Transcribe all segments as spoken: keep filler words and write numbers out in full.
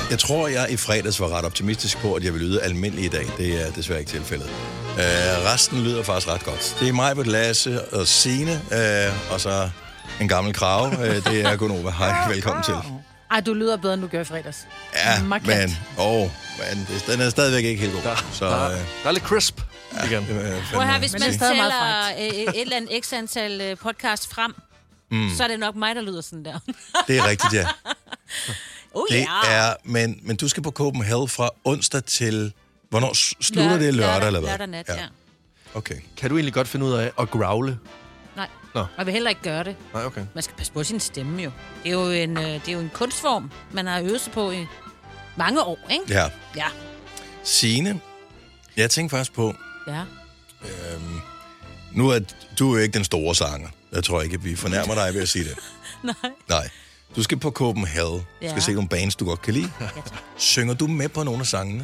Jeg tror, jeg i fredags var ret optimistisk på, at jeg vil lyde almindelig i dag. Det er desværre ikke tilfældet. Uh, resten lyder faktisk ret godt. Det er mig, Britt, Lasse og Signe, uh, og så en gammel krave. Uh, det er Gunova. Hej, velkommen til. Ej, du lyder bedre, end du gør i fredags. Ja, Markant. men, oh, men det, den er stadigvæk ikke helt god. Der, så, der, uh, der er lidt crisp ja, igen. Prøv her, hvis Men man det er stadig meget tæller et, et eller andet x antal podcast frem, mm. så er det nok mig, der lyder sådan der. det er rigtigt, ja. Oh, Det ja. er, men, men du skal på Copenhagen fra onsdag til... Hvornår slutter det? Lørdag, lørdag eller hvad? Lørdag nat, ja. ja. Okay. Kan du egentlig godt finde ud af at growle? Nej, Nå. og jeg vil heller ikke gøre det. Nej, okay. Man skal passe på sin stemme jo. Det er jo en, øh, det er jo en kunstform, man har øvet sig på i mange år, ikke? Ja. Ja. Signe, jeg tænkte faktisk på... Ja. Øhm, nu er du er ikke den store sanger. Jeg tror ikke, at vi fornærmer dig ved at sige det. Nej. Nej. Du skal på Copenhagen. Du Ja. skal se nogle bands, du godt kan lide. Ja, tak. Synger du med på nogle af sangene?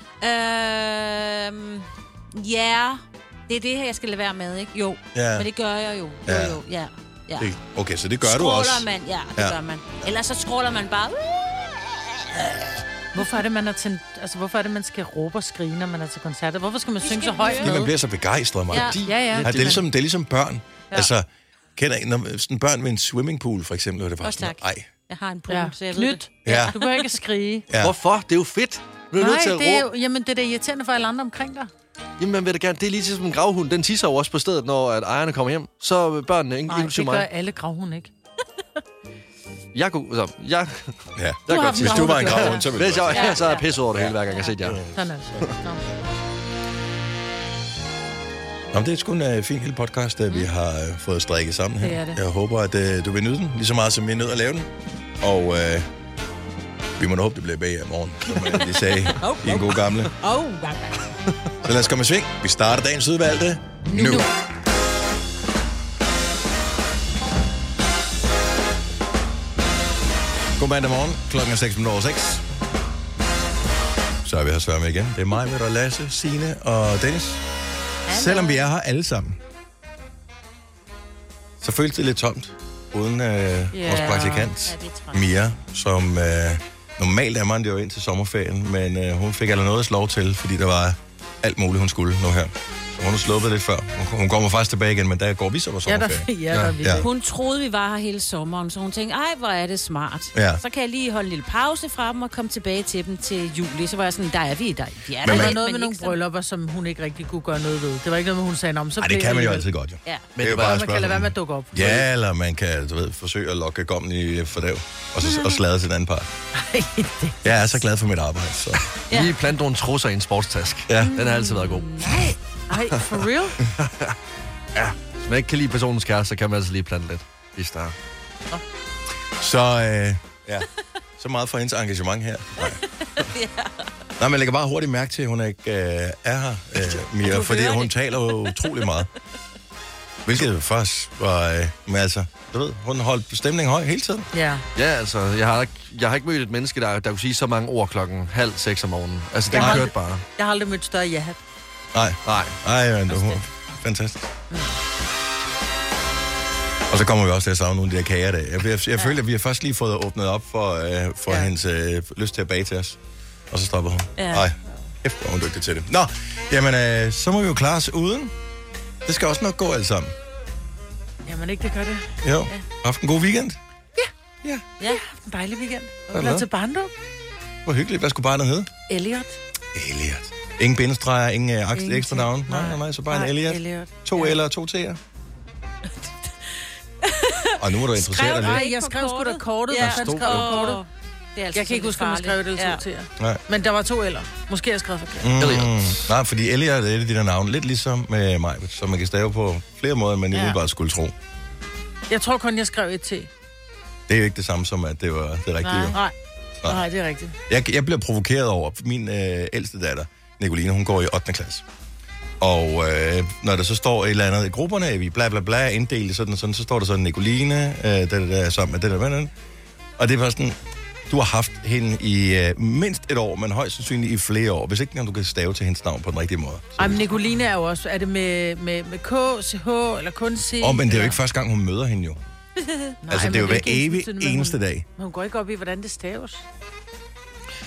Øhm, ja, det er det her, jeg skal lade være med, ikke? Jo, Ja. men det gør jeg jo. Jo, Ja. jo, ja. ja. Det, okay, så det gør skråler du også. man, ja, det Ja. ja. gør man. Ellers så skråler man bare... Hvorfor er det, man er til, altså, hvorfor er det, man skal råbe og skrige, når man er til koncerter? Hvorfor skal man Vi synge skal så højt høre. Fordi man med? bliver så begejstret, mig. Ja. Ja, ja. Ja, det, er ligesom, det er ligesom børn. Ja. Altså, kender I, når sådan børn ved en swimmingpool, for eksempel, er det bare Også sådan, tak. ej. Jeg har en pool, Ja. så jeg ved Knyt. det. Ja. Du behøver ikke at skrige. Ja. Hvorfor? Det er jo fedt. Du er nødt Nej, til at det er råbe. jo, jamen, det er da irriterende for alle andre omkring dig. Jamen, man vil da gerne. Det er lige som en gravhund. Den tisser jo også på stedet, når at ejerne kommer hjem. Så børnene, ikke? Nej, Inklusive det gør mig. alle gravhunde ikke. Jeg kunne... Så, jeg, Ja. jeg har godt haft sige. Hvis du var en Ja. gravhund, så ville Hvis du jeg, også. ja, så er jeg pisset over det hele, hver gang jeg har set jer. Sådan altså. Nå. Nå, men det er sgu en uh, fin lille podcast, uh, vi har uh, fået strikket sammen her. Det er det. Jeg håber, at uh, du vil nyde den, lige så meget som vi er nødt at lave den. Og uh, vi må da håbe, det bliver bag i morgen, som uh, de sagde i en god gamle. Oh, Så lad os komme i sving. Vi starter dagens udvalgte nu. nu. God mandag morgen. Klokken er seks minutter over seks. Så er vi her sværme igen. Det er mig, Mette og Lasse, Signe og Dennis. Selvom vi er her alle sammen, så føles det lidt tomt, uden øh, Ja. vores praktikant, Ja, det er træt. Mia, som øh, normalt er man det jo ind til sommerferien, men øh, hun fik altså noget lov til, fordi der var alt muligt, hun skulle nu her. Så hun har sluppet lidt før. Hun, hun kommer faktisk tilbage igen, men der går vi så på Ja, der, sommerferie. ja, der er vi. Ja. Hun troede, vi var her hele sommeren, så hun tænkte, ej, hvor er det smart. Ja. Så kan jeg lige holde en lille pause fra dem og komme tilbage til dem til juli. Så var jeg sådan, der er vi, der vi er Men der Der man- var lidt, noget med men nogle ikke sådan- bryllupper, som hun ikke rigtig kunne gøre noget ved. Det var ikke noget med, hun sagde, om så Ej, blev det kan man jo alligevel. altid godt, jo. Ja. Men det er jo det var- bare Man kan lade være med at dukke op. Ja, eller man kan, du ved, forsøge at lokke gommen i fordav, og, så, og slade til den anden part. Ej, det- Jeg er så glad for mit arbejde, så... Ja. Lige plante nogle trusser i en sportstask. Ja. Den har altid været god. Nej, ej, for real? Hvis man ikke kan lide personens kæreste, så kan man altså lige plante lidt. I start. Så, øh, ja. Så meget for hendes engagement her. Nej. Nej, men jeg lægger bare hurtigt mærke til, at hun ikke øh, er her, øh, Mia, Du fordi hører hun det. taler jo utrolig meget. Hvilket først var... Øh, men altså, du ved, hun holdt stemningen høj hele tiden. Ja. Ja, altså, jeg har, ikke, jeg har ikke mødt et menneske, der, der kunne sige så mange ord klokken halv seks om morgenen. Altså, den Jeg har kørte aldrig- bare. Jeg har aldrig mødt større ja-hat. Nej, Nej. nej, men hun fantastisk. Og så kommer vi også til at savne nogle af de her kager der. Jeg, jeg, jeg føler, at vi har først lige fået åbnet op for, øh, for Ja. hendes øh, lyst til at bage til os. Og så stopper hun. Ja. Nej, kæft, hvor er hun dygtig til det. Nå, jamen, øh, så må vi jo klare os uden. Det skal også nok gå alt sammen. Jamen ikke, det gør det. Jo, ja. Haft en god weekend. Ja, en dejlig weekend. Hvad Jeg er var det? til barndom. Hvor hyggeligt. Hvad skulle barnet hedde? Elliot. Elliot. Ingen bindestreger, ingen øh, aks- Ingenting. ekstra navn. Nej, nej, nej, så bare en Nej, Elliot. Elliot. To Ja. L'er og to T'er. Og nu må du interessere dig Skrev lidt. Nej, ikke jeg på skrev sgu da kortet? kortet. Ja. Hvad fanden skrev jeg på kortet? Det er altså Jeg kan ikke huske, om jeg skrev det eller to til jer. Nej. Men der var to eller. Måske har jeg skrevet forkert. Mm, Elliot. nej, fordi Elliot er et af de der navne, lidt ligesom med mig, som man kan stave på flere måder, end man Ja. ja. bare skulle tro. Jeg tror kun, jeg skrev et til. Det er jo ikke det samme som, at det var det rigtige. Nej, jo. nej. Nej. Nej, det er rigtigt. Jeg, jeg bliver provokeret over, min øh, ældste datter, Nicoline, hun går i ottende klasse. Og øh, når der så står et eller andet i grupperne, er vi bla bla bla, inddelt i sådan og sådan, så står der så Nicoline, øh, det der sammen med det der, der. Og det var sådan, du har haft hende i øh, mindst et år, men højst sandsynligt i flere år, hvis ikke engang du kan stave til hendes navn på den rigtige måde. Så, Ej, men Nicoline er jo også... Er det med, med, med K, C H eller kun C? oh, men det er jo eller? ikke første gang, hun møder hende jo. Nej, Altså, det er men jo hver ikke evig ensbetydende med, eneste hun, dag. Men hun går ikke op i, hvordan det staves.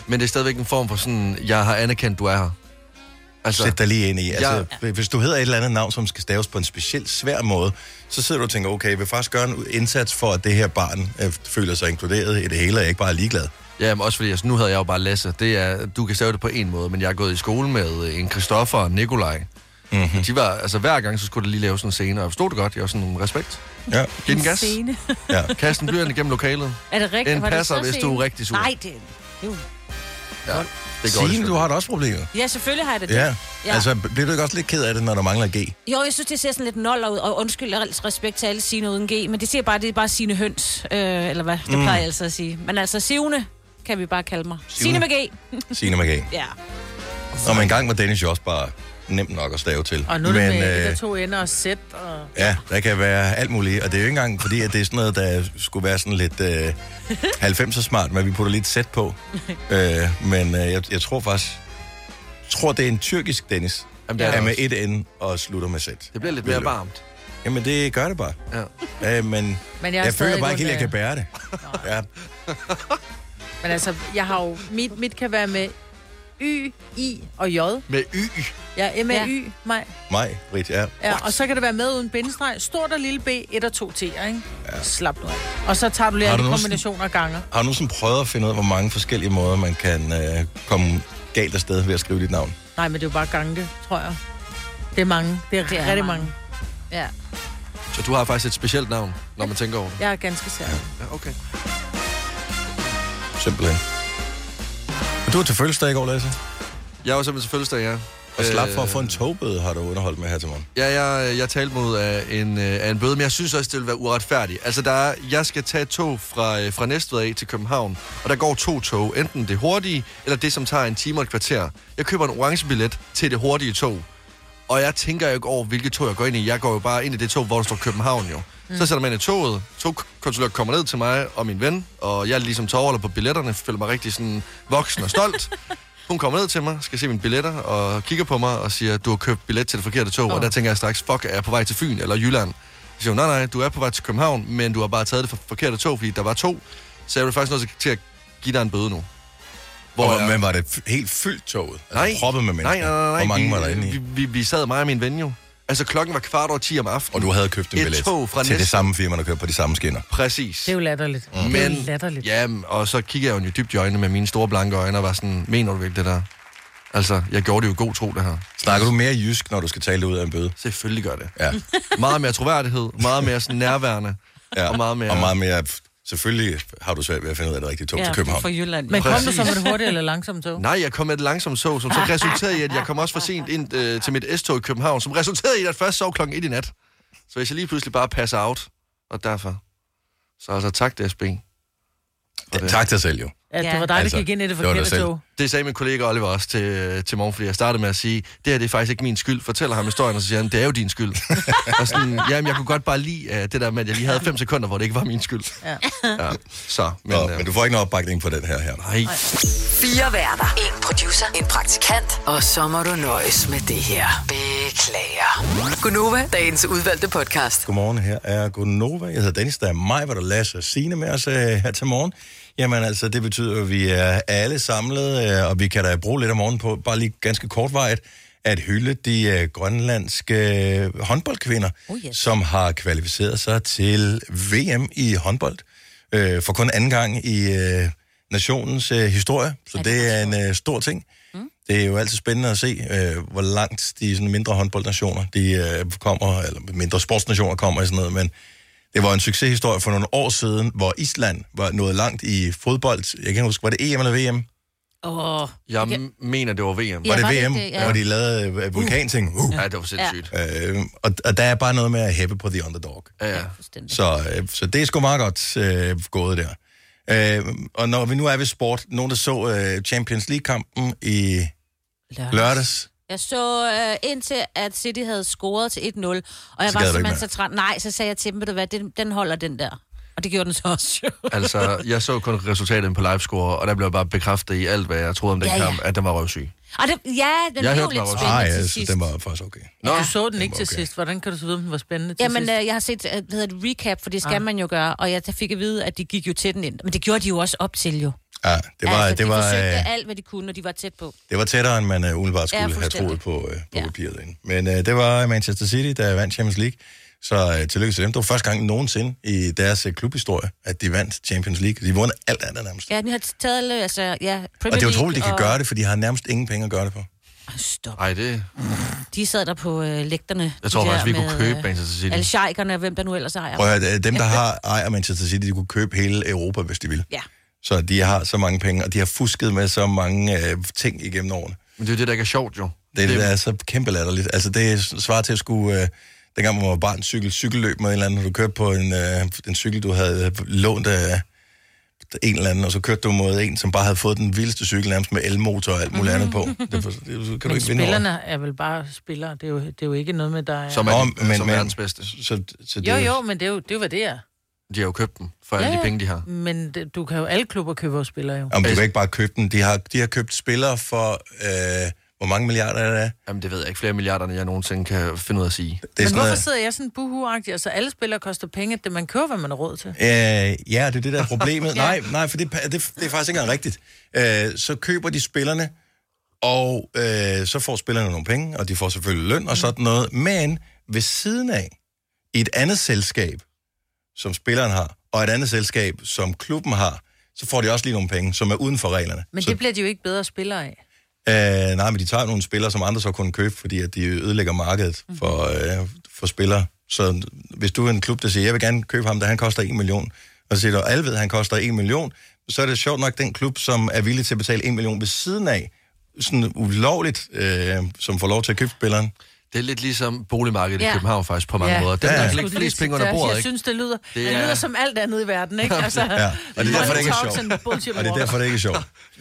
Men det er stadigvæk en form for sådan, jeg har anerkendt, du er her. Altså, sæt dig lige ind i. Altså, ja. Hvis du hedder et eller andet navn, som skal staves på en specielt svær måde, så sidder du og tænker, okay, jeg vil faktisk gøre en indsats for, at det her barn øh, føler sig inkluderet i det hele, og jeg ikke bare er ligeglad. Ja, men også fordi, altså, nu havde jeg jo bare Lasse. Det er, du kan stave det på en måde, men jeg er gået i skole med en Christoffer og Nikolaj. Mm-hmm. De var, altså hver gang, så skulle der lige lave sådan en scene, og jeg forstod det godt. Jeg var sådan, respekt. Ja. Giv den gas. Ja. Kast en blyant igennem lokalet. Er det rigtigt? En passer, hvis du er rigtig sur. Nej, det er jo... Ja. Signe, du har da også problemer. Ja, selvfølgelig har jeg det. Ja. ja, altså bliver du ikke også lidt ked af det, når der mangler G? Jo, jeg synes, det ser sådan lidt noller ud, og undskyld, respekt til alle Signe uden G, men det siger bare, det er bare Signe Høns, øh, eller hvad, det mm. plejer jeg altså at sige. Men altså, Signe kan vi bare kalde mig. Signe med G. Signe med G. Ja. Og en gang var Dennis jo også bare nemt nok at stave til. Og nu er det men, med øh, to ender og sæt. Og... Ja, der kan være alt muligt. Og det er jo ikke engang, fordi at det er sådan noget, der skulle være sådan lidt øh, halvfemser smart, men vi putter lidt sæt på. øh, men øh, jeg, jeg tror faktisk, jeg tror det er en tyrkisk Dennis, Jamen, det er, er med et N og slutter med sæt. Det bliver lidt mere varmt. Jamen det gør det bare. Ja. Øh, men, men jeg, jeg føler bare ikke helt, at jeg kan bære det. Ja. Men altså, jeg har jo, mit, mit kan være med Y, I og J. Med Y? Ja, M A Y, mig. Mig, Britt, ja. Ja, og så kan det være med uden bindestreg. Stort og lille B, et og to T'er, ikke? Ja. Slap nu af. Og så tager du lige alle kombinationer af ganger. Har du nogensinde prøvet at finde ud af, hvor mange forskellige måder, man kan øh, komme galt afsted ved at skrive dit navn? Nej, men det er jo bare gange det, tror jeg. Det er mange. Det er, det er rigtig mange. mange. Ja. Så du har faktisk et specielt navn, når man tænker over det? Jeg er ganske særlig. Ja, okay. Simpelthen. Du var til fødselsdag i går, Lasse? Jeg var simpelthen til fødselsdag, ja. Og slap for at få en togbøde, har du underholdt med her til morgen. Ja, jeg, jeg talte mod af en, af en bøde, men jeg synes også, det vil være uretfærdigt. Altså, der er, jeg skal tage et tog fra, fra Næstved af til København, og der går to tog. Enten det hurtige, eller det, som tager en time og et kvarter. Jeg køber en orange billet til det hurtige tog, og jeg tænker jo ikke over, hvilket tog jeg går ind i. Jeg går jo bare ind i det tog, hvor der står København jo. Mm. Så sætter man ind i toget, togkontrollør kommer ned til mig og min ven, og jeg er ligesom tårholder på billetterne, føler mig rigtig sådan voksen og stolt. Hun kommer ned til mig, skal se mine billetter, og kigger på mig og siger, du har købt billet til det forkerte tog. Oh. Og der tænker jeg straks, fuck, er jeg på vej til Fyn eller Jylland? Så siger hun, nej, nej, du er på vej til København, men du har bare taget det for forkerte tog, fordi der var to. Så jeg vil faktisk nødt til at give dig en bøde nu. Hvor og, jeg... Men var det f- helt fyldt toget? Nej. Altså, proppet med mennesker? Nej, nej, nej. Hvor mange vi, var der inde i? Vi, vi, vi sad mig og min ven jo. Altså, klokken var kvart over ti om aftenen. Og du havde købt en et billet tog fra til det samme firma, der kører på de samme skinner? Præcis. Det er jo latterligt. Mm. Men, det er jo latterligt. Ja, og så kigger jeg jo dybt i øjnene med mine store blanke øjne og var sådan, mener du virkelig det der? Altså, jeg gjorde det jo god tro, det her. Snakker du mere jysk, når du skal tale det ud af en bøde? Selvfølgelig gør det. Ja. Meget mere troværdighed, meget mere sådan nærværende. Ja. Og meget mere... Og meget mere... Selvfølgelig har du svært ved at finde ud af det rigtige tog ja, til København. For Jylland. Men kom du så med det hurtige eller langsomme tog? Nej, jeg kom med det langsomme tog, som så resulterede i, at jeg kom også for sent ind øh, til mit S-tog i København, som resulterede i, at jeg først sov klokken et i nat. Så hvis jeg lige pludselig bare passer out, og derfor... Så altså tak til S B. Det, tak dig selv jo. Ja, det var dig, altså, der gik ind i det forkerte det tog. Det sagde min kollega Oliver også til, til morgen, fordi jeg startede med at sige, det her det er faktisk ikke min skyld. Fortæller ham historien, og så siger han, det er jo din skyld. Og sådan, jamen, jeg kunne godt bare lide uh, det der med, at jeg lige havde fem sekunder, hvor det ikke var min skyld. Ja. Ja, så, men, Nå, uh, men du får ikke noget opbakning på den her her. Nej. Fire værter, en producer, en praktikant, og så må du nøjes med det her. Beklager. Gunova, dagens udvalgte podcast. Godmorgen, her er Gunova. Jeg hedder Dennis, der er mig, hvor der Lasse og Signe med os uh, her til morgen. Jamen altså, det betyder, at vi er alle samlet, uh, og vi kan da bruge lidt om morgenen på, bare lige ganske kortvarigt, at hylde de uh, grønlandske uh, håndboldkvinder, oh yes. som har kvalificeret sig til V M i håndbold uh, for kun anden gang i uh, nationens uh, historie. Så ja, det, det er en uh, stor ting. Mm. Det er jo altid spændende at se, uh, hvor langt de sådan, mindre håndboldnationer de uh, kommer, eller mindre sportsnationer kommer og sådan noget, men det var en succeshistorie for nogle år siden, hvor Island var nået langt i fodbold. Jeg kan ikke huske, var det E M eller V M? Åh. Oh, jeg okay. mener, det var V M. Ja, var det var V M, det, det, ja. hvor de lavede uh, vulkanting? Uh. Ja, det var sindssygt. Ja. Øh, og, og der er bare noget med at hæppe på the underdog. Ja, ja. Så, øh, så det er sgu meget godt øh, gået der. Øh, og når vi nu er ved sport, nogen der så øh, Champions League-kampen i lørdags. lørdags. Jeg så øh, indtil, at City havde scoret til et nul, og jeg så var simpelthen så træt. Nej, så sagde jeg til dem, ved du hvad, den, den holder den der. Og det gjorde den så også. Altså, jeg så kun resultatet på livescore, og der blev jeg bare bekræftet i alt, hvad jeg troede om den ja, kamp, ja. at den var røvsyg. Og det, ja, den jeg blev lidt spændende ah, ja, til sidst. Den var faktisk okay. Nå, du så den ikke den til okay. sidst. Hvordan kan du så vide, om den var spændende til Jamen, sidst? Jamen, jeg har set hvad hedder det, recap, for det skal ah. man jo gøre, og jeg fik at vide, at de gik jo til den ind. Men det gjorde de jo også op til jo. Ja, det var... Altså, det var de forsøgte øh, alt, hvad de kunne, og de var tæt på. Det var tættere, end man uh, umiddelbart skulle Ja, have troet på, uh, på ja. papiret inden. Men uh, det var Manchester City, der vandt Champions League. Så uh, tillykke til dem. Det var første gang nogensinde i deres uh, klubhistorie, at de vandt Champions League. De vundet alt andet nærmest. Ja, de har taget, altså, ja, Premier Og det er utroligt, de kan og... gøre det, for de har nærmest ingen penge at gøre det på. Stop. Ej, det... De sad der på øh, lægterne. Jeg tror faktisk, vi kunne købe Manchester City. Alle sheikerne, hvem der nu ellers ejer. Prøv at høre, dem, der har ejer Manchester City, de kunne købe hele Europa, hvis de ville. Ja. Så de har så mange penge, og de har fusket med så mange øh, ting igennem årene. Men det er jo det, der ikke er sjovt, jo. Det er det, der er så kæmpe latterligt. Altså, det svarer til at skulle... Øh, dengang man var barn, cykel, cykelløb med en eller anden, og du kørte på en, øh, en cykel, du havde lånt af en eller anden, og så kørte du mod en, som bare havde fået den vildeste cykel, nærmest med elmotor og alt muligt andet på. Det, det, det kan men du ikke vinde spillerne over. er vel bare spillere. Det er jo, det er jo ikke noget med, der er... Som er, Nå, de, men- som men- verdens bedste. Så, så det, Jo, jo, men det er jo, det er jo hvad det er. De har jo købt dem for alle Ja, de ja. penge, de har. Men det, du kan jo, alle klubber købe vores spillere jo. Om du kan ikke bare købe den. De har, de har købt spillere for, øh, hvor mange milliarder er det? Jamen, det ved jeg ikke. Flere milliarder, end jeg nogensinde kan finde ud af at sige. Det er Men sådan hvorfor noget, sidder jeg sådan buhu-agtig? Altså, alle spillere koster penge, det man køber, hvad man har råd til. øh, ja, det er det, der er problemet. Nej, nej, for det, det, det er faktisk ikke engang rigtigt. Øh, så køber de spillerne, og øh, så får spillerne nogle penge, og de får selvfølgelig løn og sådan noget. Men ved siden af, i et andet selskab, som spilleren har, og et andet selskab, som klubben har, så får de også lige nogle penge, som er uden for reglerne. Men så, det bliver de jo ikke bedre spillere af. øh, nej, men de tager nogle spillere, som andre så kunne købe, fordi at de ødelægger markedet for, øh, for spillere. Så hvis du er en klub, der siger, jeg vil gerne købe ham, da han koster en million, og så siger du, alle ved, at han koster en million, så er det sjovt nok den klub, som er villig til at betale en million ved siden af, sådan ulovligt, øh, som får lov til at købe spilleren. Det er lidt ligesom boligmarkedet ja. i Ja. København faktisk på mange Ja. måder. Dem, Ja, der ja. kan lægge flest penge under bordet, Jeg ikke? synes, det lyder, det Det det er- lyder som alt andet i verden, ikke? Altså, Ja, og det er derfor, det ikke er Talks sjovt. and bullshit Og det er derfor, det ikke er sjovt.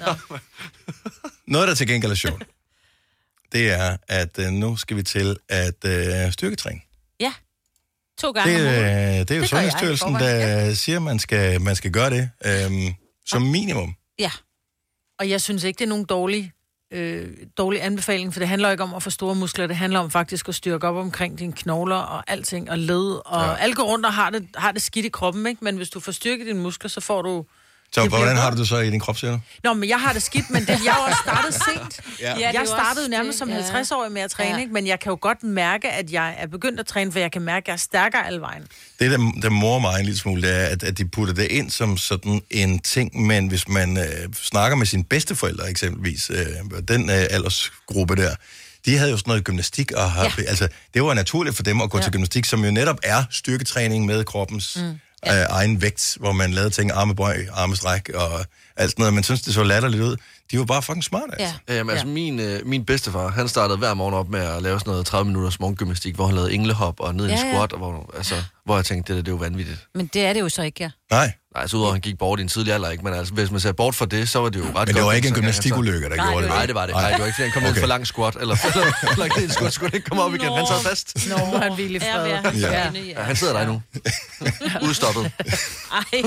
Noget, der til gengæld er sjovt, det er, at øh, nu skal vi til at øh, styrketræne. Ja. To gange Det, om øh, ugen. det er jo Det gør jeg i Sundhedsstyrelsen, der siger, at man skal, man skal gøre det øhm, som minimum. Ja. Og jeg synes ikke, det er nogen dårlig, øh, dårlig anbefaling, for det handler ikke om at få store muskler, det handler om faktisk at styrke op omkring dine knogler og alting, og led, og ja. alle går rundt og har det, har det skidt i kroppen, ikke? Men hvis du får styrket dine muskler, så får du... Så Det bliver hvordan har godt. du det så i din krop, siger du? Nå, men jeg har det skidt, men det, jeg har også startet sent. Ja. Ja, det er Jeg jo startede også nærmest det, som ja. halvtreds-årig med at træne, Ja. ikke? Men jeg kan jo godt mærke, at jeg er begyndt at træne, for jeg kan mærke, at jeg er stærkere alle vejen. Det, der, der morer mig en lille smule, det er, at, at de putter det ind som sådan en ting, men hvis man øh, snakker med sine bedsteforældre eksempelvis, øh, den øh, aldersgruppe der, de havde jo sådan noget gymnastik, og har, ja. altså, det var naturligt for dem at gå ja. til gymnastik, som jo netop er styrketræning med kroppens mm. ja. øh, egen vægt, hvor man lavede ting, armebøj, armestræk og alt sådan noget. Man synes, det så latterligt ud. De var bare fucking smarte, altså. Ja. Jamen, altså, min, øh, min bedstefar, han startede hver morgen op med at lave sådan noget tredive minutters morgengymnastik, hvor han lavede englehop og ned i en Ja, ja. squat, og hvor, altså, hvor jeg tænkte, det, der, det er jo vanvittigt. Men det er det jo så ikke, ja. Nej, Nej, så udover at han gik bort i en tidlig alder, ikke? Men altså, hvis man ser bort fra det, så var det jo ret godt. men det var ikke en så engang, altså. gymnastikulykke, der Nej, gjorde det. Nej, det var det. Nej, det var ikke, fordi han kom okay. ned Okay. for lang squat, eller for lang ned i en squat, skulle ikke komme op igen. Han sad fast. Nå, må han hvile i Ja, fred. ja. Ja. Ja, han sidder der nu. Udstoppet. Ej.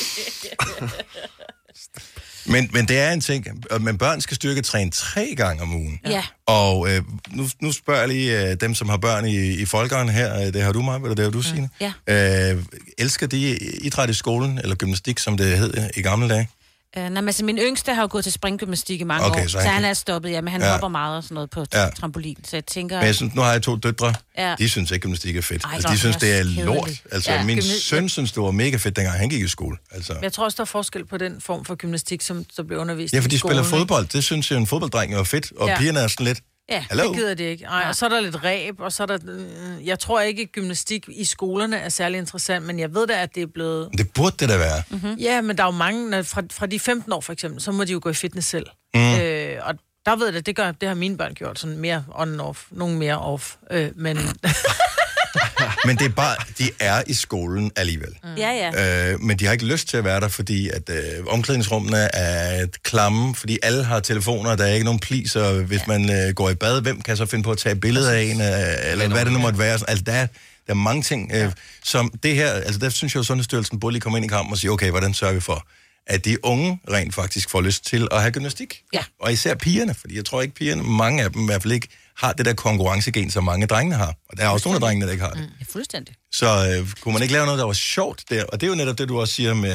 Men, men det er en ting, men børn skal styrketræne tre gange om ugen. Ja. Og øh, nu, nu spørger jeg lige øh, dem, som har børn i, i folkeren her, øh, det har du, Maja, eller det har du, Signe. Ja. Øh, elsker de idræt i skolen, eller gymnastik, som det hed i gamle dage? Uh, nej, men altså, min yngste har jo gået til springgymnastik i mange Okay, år, så så han han, kan- han er stoppet, ja, men han Ja. ja. hopper meget og sådan noget på Ja. ja. trampolin, så jeg tænker... Men jeg synes, nu har jeg to døtre, Ja. de synes ikke, gymnastik er fedt. Ej, altså, nå, de synes, det er det er kedeligt. lort. Altså, Ja, min gymna- søn synes, det var mega fedt, dengang han gik i skole. Altså. Jeg tror også, der er forskel på den form for gymnastik, som så bliver undervist Ja, for i de skolen, spiller ikke? fodbold. Det synes jeg, en fodbolddreng er fedt, og Ja. pigerne er sådan lidt... Ja, Hallo? Det gider de ikke. Ej, og så er der lidt ræb, og så er der... øh, Jeg tror ikke, at gymnastik i skolerne er særlig interessant, men jeg ved da, at det er blevet... Det burde det da være. Mm-hmm. Ja, men der er jo mange... når- Fra, fra de femten år, for eksempel, så må de jo gå i fitness selv. Mm. Øh, og der ved jeg det, det, gør, det har mine børn gjort, sådan mere on and off. Nogle mere off. Øh, men... Men det er bare, de er i skolen alligevel. Mm. Ja, ja. Øh, men de har ikke lyst til at være der, fordi at øh, omklædningsrummene er et klamme, fordi alle har telefoner, der er ikke nogen pliser. Hvis ja. man øh, går i bad, hvem kan så finde på at tage billeder af en, øh, eller hvad det nu måtte være. Altså, der er, der er mange ting, øh, ja. som det her, altså der synes jeg jo, Sundhedsstyrelsen burde lige komme ind i kampen og sige, okay, hvordan sørger vi for, at de unge rent faktisk får lyst til at have gymnastik. Ja. Og især pigerne, fordi jeg tror ikke pigerne, mange af dem i hvert fald ikke, har det der konkurrencegen, som mange drengene har. Og der er også nogle af drengene, der ikke har det. Ja, fuldstændig. Så øh, kunne man ikke lave noget, der var sjovt der? Og det er jo netop det, du også siger med,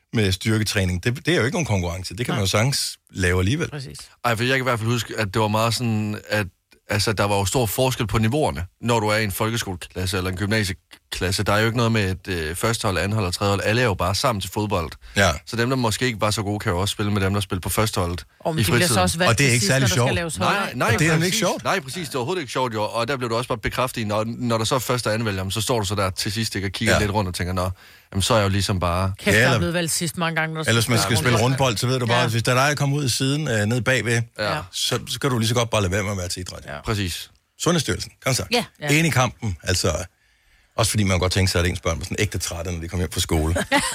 med styrketræning. Det, det er jo ikke nogen konkurrence. Det kan man jo sagtens lave alligevel. Præcis. Ej, for jeg kan i hvert fald huske, at det var meget sådan, at altså, der var jo stor forskel på niveauerne, når du er i en folkeskoleklasse eller en gymnasieklasse. Der er jo ikke noget med et øh, første hold, anden hold og tredje hold. Alle er jo bare sammen til fodbold. Ja. Så dem, der måske ikke var så gode, kan jo også spille med dem, der spiller på første holdet Og i de bliver så også valgt Og det er til ikke sidst, særlig når der sjovt. skal laves hold. Nej, nej, Og det er præcis. ikke sjovt. Nej, præcis. Det er overhovedet ikke sjovt, jo. Og der blev du også bare bekræftet i, når, når der så er første og anden vælger, så står du så der til sidst ikke, og kigger Ja. lidt rundt og tænker, nå, jamen, så er jeg jo ligesom bare... Kæft, Ja, der eller- er blevet valgt sidst mange gange. Når der Ellers skal man skal spille spille rundt. rundbold, så ved du bare, Ja. at hvis der er dig, der kommer ud i siden, øh, ned bagved, Ja, så, så kan du lige så godt bare lade være med at være til idræt. Ja. præcis. Sundhedsstyrelsen, kom så. Ja. Ja. Enig i kampen, altså... Også fordi man kan godt tænke sig, at ens børn var sådan ægte trætte, når de kommer hjem fra skole.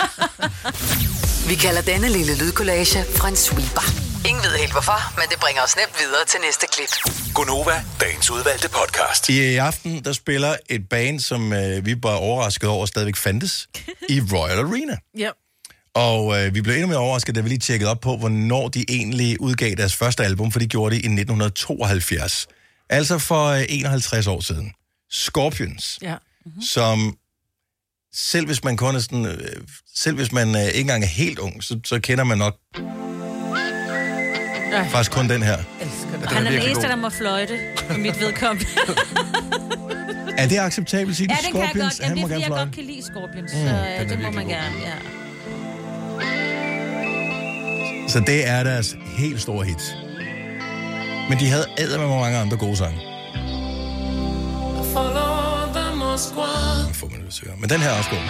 Vi kalder denne lille lydkollage en sweeper. Ingen ved helt hvorfor, men det bringer os nemt videre til næste klip. Gonova, dagens udvalgte podcast. I aften, der spiller et band, som øh, vi var overrasket over, stadigvæk fandtes, i Royal Arena. Ja. Og øh, vi blev endnu mere overrasket, da vi lige tjekkede op på, hvornår de egentlig udgav deres første album, for de gjorde det i nitten tooghalvfjerds. Altså for øh, enoghalvtreds år siden. Scorpions, Ja. mm-hmm. som selv hvis man kun er sådan, øh, selv hvis man øh, ikke engang er helt ung, så, så kender man nok Ja. faktisk kun den her. Elsker det. Han er den virkelig eneste, god. der må fløjte på mit vedkommende. Er det acceptabelt at sige, Ja, at det kan jeg Scorpions? godt. Jamen, det er, fordi jeg fløjte? godt kan lide Scorpions, mm, så øh, det må man god. gerne, ja. Så det er deres helt store hit. Men de havde eddermed med mange andre gode sange. Få man det Men den her er også god.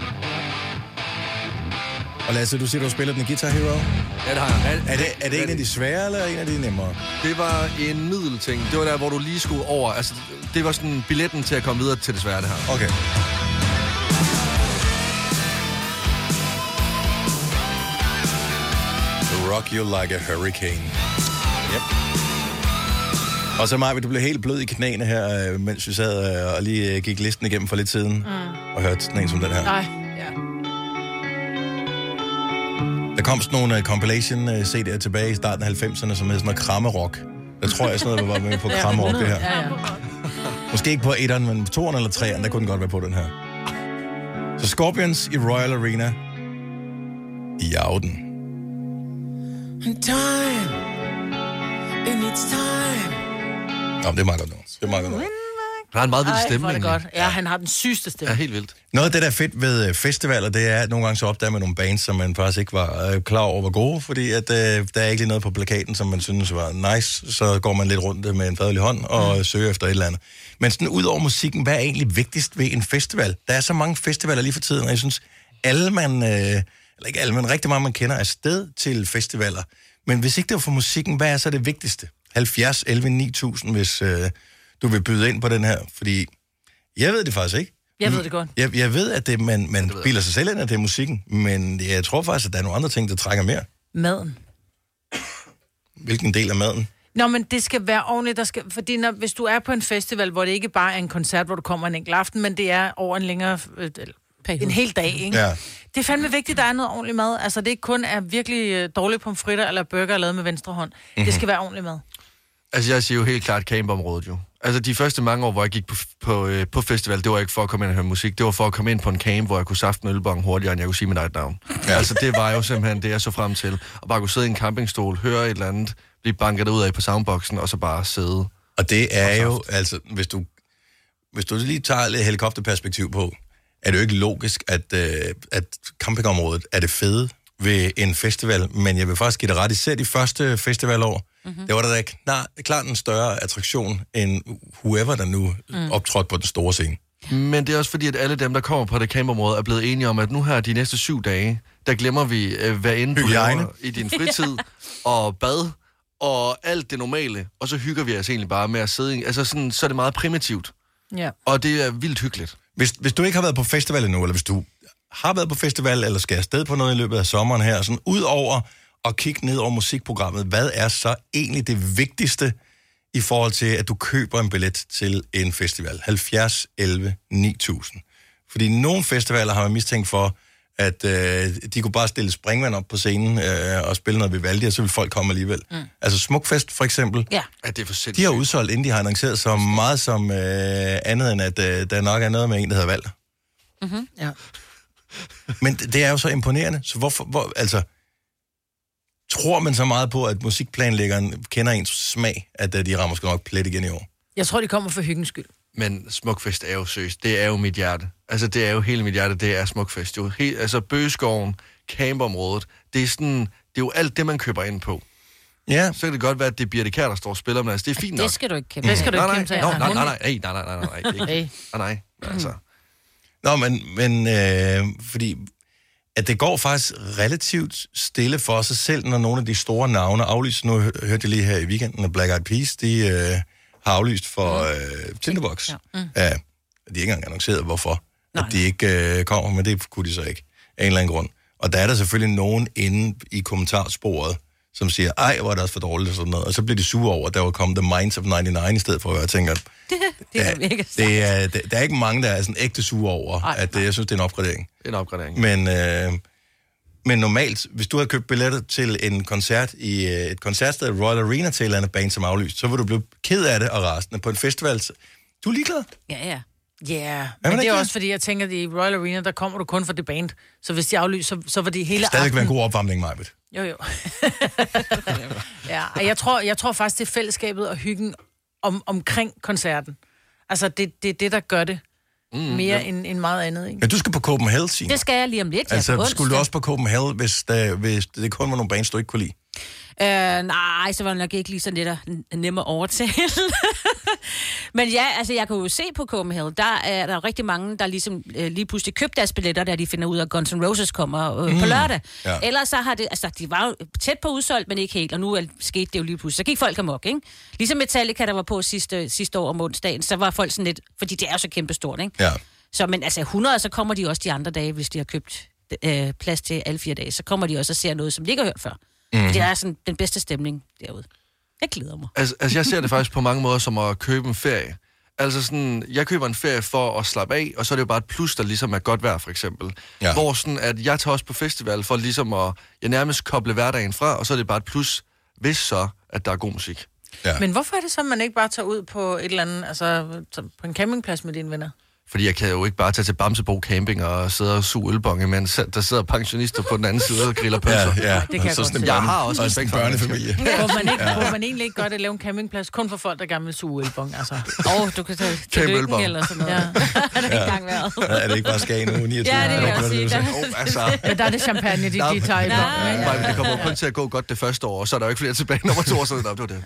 Og Lasse, du siger, du har spillet den i Guitar Hero. Ja, det har jeg. Er det, er det en af de svære, eller en af de nemmere? Det var en middelting. Det var der, hvor du lige skulle over. Altså, det var sådan billetten til at komme videre til det svære, det her. Okay. Rock you like a hurricane. Yep. Og så Maja, du blev helt blød i knæene her, øh, mens vi sad øh, og lige øh, gik listen igennem for lidt siden, mm. og hørte sådan en som den her. Nej, ja. Der kom sådan nogle uh, compilation-C D'er tilbage i starten af halvfemserne, som hed sådan noget krammerock. Der tror jeg sådan noget, var med på krammerock, det her. Ja, ja. Måske ikke på etteren, men på toeren eller treeren, der kunne den godt være på den her. Så Scorpions i Royal Arena i Auden. Time. In its time. Nå, det er meget godt nu. Det er meget godt nu. Der er en meget vild Ej, stemme. hvor er det egentlig. godt. Ja, han har den sygeste stemme. Ja, helt vildt. Noget af det, der er fedt ved øh, festivaler, det er, at nogle gange så opdager man nogle bands, som man faktisk ikke var øh, klar over var gode, fordi at, øh, der er ikke lige noget på plakaten, som man synes var nice. Så går man lidt rundt med en fadelig hånd og mm. søger efter et eller andet. Men sådan ud over musikken, hvad er egentlig vigtigst ved en festival? Der er så mange festivaler lige for tiden, og jeg synes, alle man, øh, eller ikke alle, men rigtig mange man kender, er sted til festivaler. Men hvis ikke det var for musikken, hvad er så det vigtigste? halvfjerds elleve ni tusind, hvis øh, du vil byde ind på den her, fordi jeg ved det faktisk ikke. Jeg ved det godt. Jeg, jeg ved, at det, man, man bilder sig selv ind, at det er musikken, men jeg tror faktisk, at der er nogle andre ting, der trækker mere. Maden. Hvilken del af maden? Nå, men det skal være ordentligt. Der skal, fordi når, hvis du er på en festival, hvor det ikke bare er en koncert, hvor du kommer en enkelt aften, men det er over en længere... Øh, en hel dag, ikke? Ja. Det er fandme vigtigt, at der er noget ordentligt mad. Altså, det ikke kun er virkelig øh, dårlige pomfritter eller burger lavet med venstre hånd. Mm-hmm. Det skal være ordentligt mad. Altså, jeg siger jo helt klart campområdet jo. Altså, de første mange år, hvor jeg gik på, på, øh, på festival, det var ikke for at komme ind og høre musik. Det var for at komme ind på en camp, hvor jeg kunne safte en ølbong hurtigere, end jeg kunne sige mit eget navn. Ja. Altså, det var jo simpelthen det, jeg så frem til. Og bare kunne sidde i en campingstol, høre et eller andet, blive banket ud af på soundboxen, og så bare sidde. Og det er jo, altså, hvis du, hvis du lige tager et helikopterperspektiv på, er det jo ikke logisk, at, øh, at campingområdet er det fede ved en festival, men jeg vil faktisk give det ret. Især de første festivalår, mm-hmm. det var der da klar, klart en større attraktion end whoever, der nu mm. optrådte på den store scene. Men det er også fordi, at alle dem, der kommer på det campområde, er blevet enige om, at nu her de næste syv dage, der glemmer vi, øh, hvad end du Hygiejne. laver i din fritid, og bad, og alt det normale, og så hygger vi os egentlig bare med at sidde i. Altså sådan, så er det meget primitivt, Ja. og det er vildt hyggeligt. Hvis, hvis du ikke har været på festival endnu, eller hvis du har været på festival, eller skal afsted på noget i løbet af sommeren her, sådan ud over at kigge ned over musikprogrammet, hvad er så egentlig det vigtigste i forhold til, at du køber en billet til en festival? halvfjerds elleve ni tusind. Fordi nogle festivaler har man mistænkt for, at øh, de kunne bare stille springvand op på scenen øh, og spille noget Vivaldi, og så vil folk komme alligevel. Mm. Altså Smukfest for eksempel. Ja. Ja, det er for sindssygt. De har udsolgt, inden de har annonceret så meget som øh, andet, end at øh, der nok er noget med en, der hedder Valg. Mm-hmm. Ja. Men det det er jo så imponerende. Så hvorfor, hvor, altså, tror man så meget på, at musikplanlæggeren kender ens smag, at de rammer sgu nok plet igen i år? Jeg tror, de kommer for hyggens skyld. Men Smukfest er jo seriøst. Det er jo mit hjerte. Altså, det er jo hele mit hjerte, det er Smukfest. Jo, helt, altså, Bøgeskoven, campområdet, det er sådan, det er jo alt det, man køber ind på. Ja. Så kan det godt være, at det er Birte Kjær, der står og spiller, men altså, det er fint nok. Det skal du ikke kæmpe. Det skal du ikke nej, kæmpe sig. nej, nej, nej, nej, nej, nej, nej, nej, nej, Hey. ikke. nej, nej, altså. Nå, men, men øh, fordi at det går faktisk relativt stille for sig selv, når nogle af de store navne aflyser. Nu hør- hørte jeg lige her i weekenden, at Black Eyed Peas, de øh, har aflyst for øh, Tinderbox. Ja. Mm. Ja, de har ikke engang annonceret, hvorfor Nej. at de ikke øh, kommer, men det kunne de så ikke af en eller anden grund. Og der er der selvfølgelig nogen inde i kommentarsporet, som siger, ej, hvor er det også for dårligt og sådan noget. Og så bliver de sure over, at der var kommet The Minds of nioghalvfems i stedet for, at jeg tænker, Det, det er mega det er, det, der er ikke mange, der er sådan ægte sure over, Ej, at det, jeg synes, det er en opgradering. Det er en opgradering. Men, øh, men normalt, hvis du havde købt billetter til en koncert i øh, et koncertsted Royal Arena til et eller andet band, som er aflyst, så vil du blive ked af det og rasende. På en festival, så- du er ligeglad. Ja, ja. Ja, yeah. man men det ikke er det? også fordi, jeg tænker, at i Royal Arena, der kommer du kun for det band. Så hvis de aflyser, så, så var de hele Stadig være en aften... god opvarmning, Majbet. Jo, jo. Ja, og jeg tror, jeg tror faktisk, det er fællesskabet og hyggen om, omkring koncerten. Altså, det, det er det, der gør det mm, mere ja. end, end meget andet, ikke? Men du skal på Copenhagen, Signe. Det skal jeg lige om lidt. Altså, ja, skulle du også på Copenhagen, hvis, der, hvis det kun var nogle bands, du ikke kunne lide? Øh, nej, så var det nok ikke lige så lidt at nemme at overtale. Men ja, altså jeg kan jo se på Copenhagen, der er der rigtig mange, der ligesom øh, lige pludselig købte deres billetter, da de finder ud af, at Guns N' Roses kommer øh, mm. på lørdag. Ja. Ellers så har det, altså de var jo tæt på udsolgt, men ikke helt, og nu er, skete det jo lige pludselig. Så gik folk amok, ikke? Ligesom Metallica, der var på sidste, sidste år om onsdagen, så var folk sådan lidt, fordi det er jo så kæmpestort, ikke? Ja. Så, men altså hundrede, så kommer de også de andre dage, hvis de har købt øh, plads til alle fire dage, så kommer de også og ser noget, som de ikke har hørt før. Mm. Det er sådan den bedste stemning derude. Jeg glæder mig. Altså, altså, jeg ser det faktisk på mange måder som at købe en ferie. Altså sådan, jeg køber en ferie for at slappe af, og så er det jo bare et plus, der ligesom er godt vejr, for eksempel. Ja. Hvor sådan, at jeg tager også på festival for ligesom at jeg nærmest koble hverdagen fra, og så er det bare et plus, hvis så, at der er god musik. Ja. Men hvorfor er det så, at man ikke bare tager ud på et eller andet, altså på en campingplads med dine venner? Fordi jeg kan jo ikke bare tage til Bamsebo Camping og sidde og suge ølbonge, mens der sidder pensionister på den anden side og griller pølser. Ja, ja. Det kan jeg så godt sådan en se. Jeg børne- har også og respekt en for børnefamilie. Hvor man, ikke, hvor man egentlig ikke godt at lave en campingplads, kun for folk, der gerne vil suge ølbong, altså. Åh, oh, du kan tage til Kæmpe lykken ølbong. eller sådan noget. Ja. Ja. Det er ikke engang været. Ja, er det ikke bare Skagen uge niogtyve? Ja, det vil Er jeg ikke sige. noget, Der- du siger? Oh, altså, Men der er det champagne, de, de Nej, tager i nej, bong. nej, det kommer jo kun til at gå godt det første år, og så er der jo ikke flere tilbage nummer to, så det var det.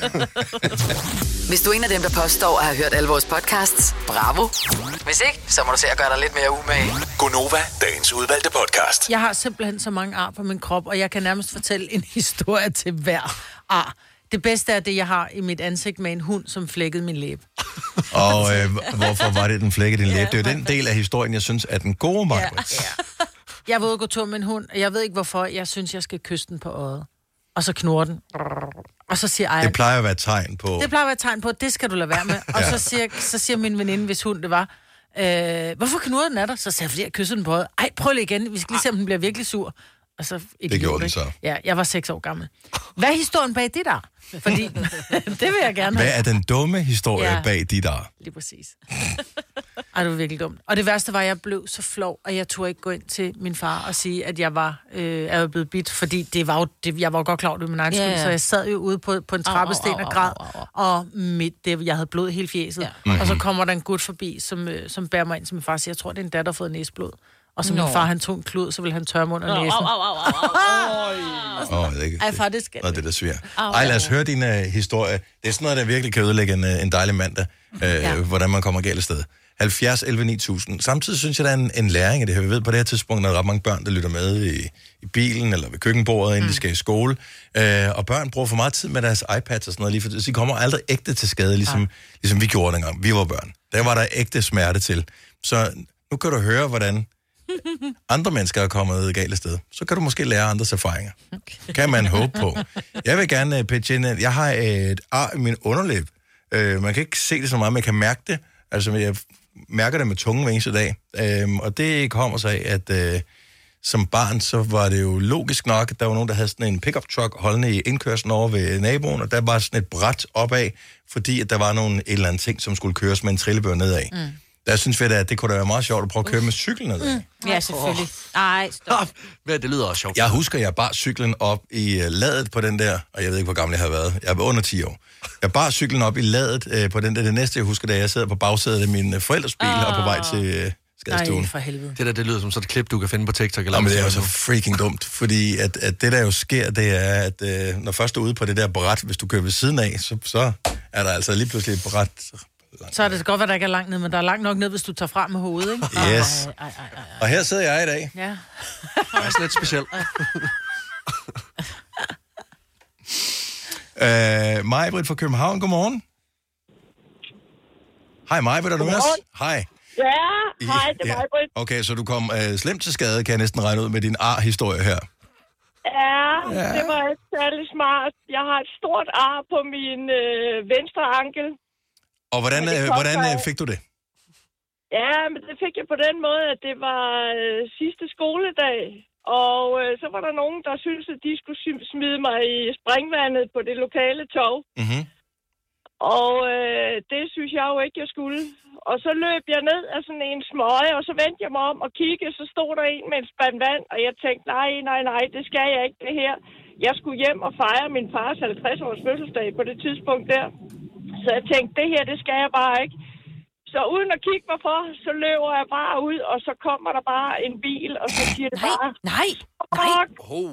Hvis du er en af dem, der påstår at have hørt alle vores podcasts, bravo. Hvis ikke, så må du se at gøre dig lidt mere umage. Gonova, dagens udvalgte podcast. Jeg har simpelthen så mange ar på min krop, og jeg kan nærmest fortælle en historie til hver ar. Det bedste er det, jeg har i mit ansigt med en hund, som flækkede min læbe. Og øh, hvorfor var det, den flækkede din læbe? Det er jo den del af historien, jeg synes er den gode, Margaret. Ja. Jeg var ude og gå tur med en hund, og jeg ved ikke, hvorfor jeg synes, jeg skal kysse den på øjet. Og så knurrer den. Og så siger Ej, Det plejer at være et tegn på... det plejer at være et tegn på, at det skal du lade være med. Og Ja. så, siger, så siger min veninde, hvis hund det var, øh, hvorfor knurrer den af dig? Så siger jeg, fordi jeg kyssede den på øjet. Ej, prøv lige igen. Vi skal lige se, om den bliver virkelig sur. Og så Det gjorde den så. Ja, jeg var seks år gammel. Hvad er historien bag det der? Fordi det vil jeg gerne have. Hvad er den dumme historie Ja. bag de der? Lige præcis. Ej, det var virkelig dumt. Og det værste var, at jeg blev så flov, at jeg turde ikke gå ind til min far og sige, at jeg var, øh, jeg var blevet bidt, fordi det var jo, det, jeg var jo godt klar over det med min egen Ja, skyld, ja. så jeg sad jo ude på, på en Au, trappesten au, au, og græd, au, au, au. og midt, det, jeg havde blod i hele fjeset. Ja. Mm-hmm. Og så kommer der en gut forbi, som, øh, som bærer mig ind til min far og siger, jeg tror, det er en datter, der har fået næseblod. Og så min Nå. far, han tog en klud, så ville han tørre mund og Au, næsen. au, au, au, au, au. Åh, det er ikke... Ej, far, det skal Nå, det. det er da svært. Au, Ej, lad os au. høre din uh, historie. Det er sådan noget, der virkelig kan ødelægge en, uh, en dejlig mandag, uh, ja. hvordan man kommer galt sted. halvfjerds elleve ni tusind. Samtidig synes jeg, der er en, en læring af det her. Vi ved på det her tidspunkt, der er ret mange børn, der lytter med i, i bilen eller ved køkkenbordet, inden mm. de skal i skole. Uh, og børn bruger for meget tid med deres iPads og sådan noget, lige for, så de kommer aldrig ægte til skade, ligesom, ja. ligesom vi gjorde dengang. Vi var børn. Der var der ægte smerte til. Så nu kan du høre, hvordan andre mennesker er kommet galt af sted. Så kan du måske lære andres erfaringer. Okay. Kan man håbe på. Jeg vil gerne uh, pitche ind. Jeg har et ar i min underlæb. Uh, man kan ikke se det så meget, men jeg kan mærke det. Altså, jeg mærker det med tungen hver eneste dag. Uh, og det kommer sig af, at uh, som barn, så var det jo logisk nok, at der var nogen, der havde sådan en pickup truck holdende i indkørslen over ved naboen, og der var sådan et bræt opad, fordi at der var nogle et eller andet ting, som skulle køres med en trillebør nedad. Mm. Der synes vi da, at det kunne da være meget sjovt at prøve at køre med cyklen ned. Mm. Ja, selvfølgelig. Ej, stop. Men det lyder også sjovt. Jeg husker, jeg bar cyklen op i uh, ladet på den der, og jeg ved ikke, hvor gammel jeg har været. Jeg var under ti år. Jeg bar cyklen op i ladet uh, på den der, det næste, jeg husker, da jeg sad på bagsædet af min uh, forældres bil oh. og på vej til uh, skadestuen. Nej, for helvede. Det der, det lyder som sådan et klip, du kan finde på TikTok. Eller Nå, men det er jo så freaking dumt, fordi at, at det, der jo sker, det er, at uh, når først du er ude på det der bræt, hvis du kører ved siden af, så, så er der altså lige pludselig et bræt. Så er det godt, at der ikke er langt ned, men der er langt nok ned, hvis du tager frem med hovedet, ikke? Yes. Ej, ej, ej, ej. Og her sidder jeg i dag. Ja. Det er sådan lidt specielt. øh, Maj-Brit fra København, godmorgen. Hej Maj-Brit, er du med os? Hej. Ja, hej, det er ja. Maj-Brit. Okay, så du kom øh, slemt til skade, kan jeg næsten regne ud med din ar-historie her. Ja, ja, det var ikke særlig smart. Jeg har et stort ar på min øh, venstre ankel. Og hvordan, øh, hvordan øh, fik du det? Ja, men det fik jeg på den måde, at det var øh, sidste skoledag. Og øh, så var der nogen, der syntes, at de skulle smide mig i springvandet på det lokale tog. Mhm. Og øh, det synes jeg jo ikke, jeg skulle. Og så løb jeg ned af sådan en smøge, og så vendte jeg mig om og kiggede, så stod der en med en spand vand, og jeg tænkte, nej, nej, nej, det skal jeg ikke, det her. Jeg skulle hjem og fejre min fars halvtreds års fødselsdag på det tidspunkt der. Så jeg tænkte, det her, det skal jeg bare ikke. Så uden at kigge mig for, så løber jeg bare ud, og så kommer der bare en bil, og så siger det bare... Nej, nej, Oh.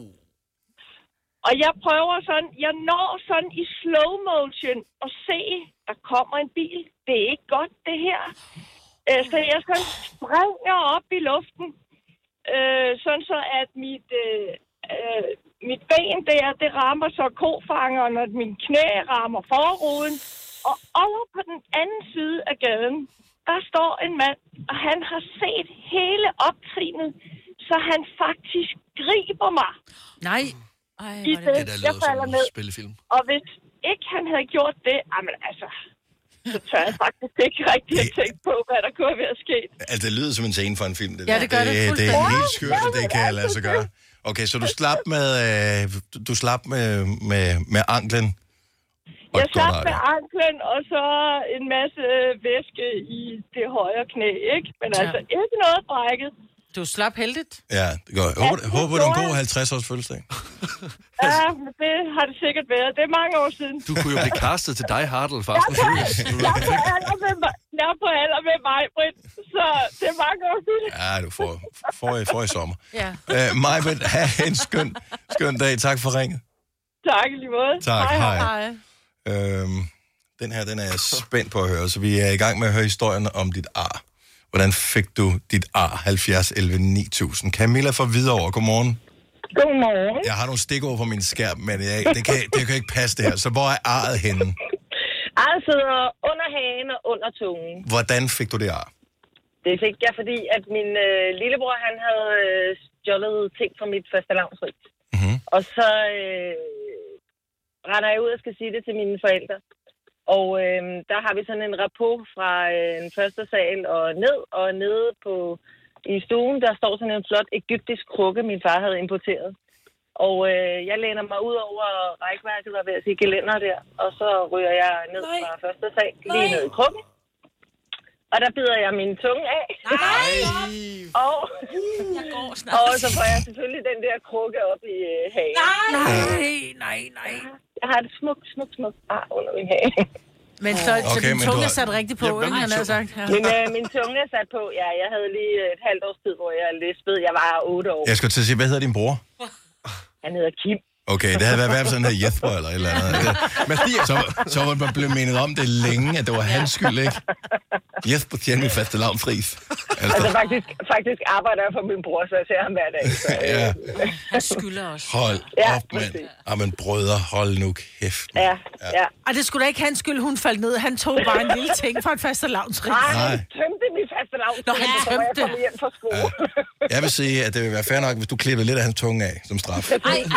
Og jeg prøver sådan, jeg når sådan i slow motion at se, der kommer en bil. Det er ikke godt, det her. Øh, så jeg sådan springer op i luften, øh, sådan så at mit, øh, øh, mit ben der, det rammer så kofangeren, og min knæ rammer forruden. Og over på den anden side af gaden, der står en mand, og han har set hele optrinet, så han faktisk griber mig. Nej. Ej, I hvor er det... Det der jeg lyder falder som ned. en spillefilm. Og hvis ikke han havde gjort det, jamen altså, så tør jeg faktisk ikke rigtig at tænke på, hvad der kunne være sket. Altså, det lyder som en scene for en film. Det Ja, der. det gør det Det, det er fuldstændig. helt skørt, at det kan lade sig gøre. Okay, så du slap med, øh, du, du slap med, med, med anklen. Og Jeg et godt slap ar, med anklen, og så en masse væske i det højre knæ, ikke? Men Ja. altså, ikke noget brækket. Du slap heldigt. Ja, det går. Jeg håber, Ja, håber det du er en gjorde god jeg. halvtreds års fødselsdag. Ja, men det har det sikkert været. Det er mange år siden. Du kunne jo blive castet til dig, Hartl, Jeg faktisk. er på, jeg er på alder med mig, jeg er på alder med mig, Britt. Så det er mange år siden. Ja, du får, får, i, får i sommer. Ja. Øh, Maj-Brit, have en skøn, skøn dag. Tak for ringet. Tak i lige måde. Tak, hej. Hej. Øhm, den her, den er jeg spændt på at høre, så vi er i gang med at høre historien om dit ar. Hvordan fik du dit ar? halvfjerds elleve ni tusind. Camilla fra Hvidovre, godmorgen. Godmorgen. Jeg har nogle stikord på min skærm, men jeg, det, kan, det kan ikke passe det her. Så hvor er arret henne? Jeg sidder under hagen og under tungen. Hvordan fik du det ar? Det fik jeg, fordi at min øh, lillebror, han havde øh, stjålet ting fra mit fastelavnsris. Mm-hmm. Og så øh, render jeg ud og skal sige det til mine forældre. Og øh, der har vi sådan en rapport fra øh, en første sal og ned, og nede på i stuen, der står sådan en flot egyptisk krukke, min far havde importeret. Og øh, jeg læner mig ud over rækværket og ved at sige gelænder der, og så ryger jeg ned Nej. fra første sal, lige ned i krukken. Og der bider jeg min tunge af. Nej! og, Jeg går snart. og så får jeg selvfølgelig den der krukke op i øh, hagen. Nej, nej, nej. Jeg har et smukt, smukt, smukt ar under min hage. Men så, Okay, så din men tunge du er har- sat rigtigt på, Ja, ikke? hvad Han med har sagt. Ja. Men øh, min tunge er sat på, ja. Jeg havde lige et halvt års tid, hvor jeg lispede. Jeg var otte år. Jeg skal til at sige, hvad hedder din bror? Han hedder Kim. Okay, det havde været værd sådan her Jethro eller et eller andet. Mathias, så, så var man blevet mindet om det længe, at det var hans skyld, ikke? Jesper tjener min faste lavnfris. Altså Altså, faktisk, faktisk arbejder jeg for min bror, så jeg ser ham hver dag. Så, øh, ja, Han skylder os. hold Ja, op, mand. præcis. Jamen, brødre, hold nu kæft. mand. ja, ja. Ej, det skulle da ikke hans skyld, hun faldt ned. Han tog bare en lille ting fra et faste lavnsrig. Nej, Nej. han tømte min faste lavn. Nå, han så tømte jeg kom hjem fra skole. Ja. Jeg vil sige, at det vil være fair nok, hvis du klippede lidt af hans tunge af som straf.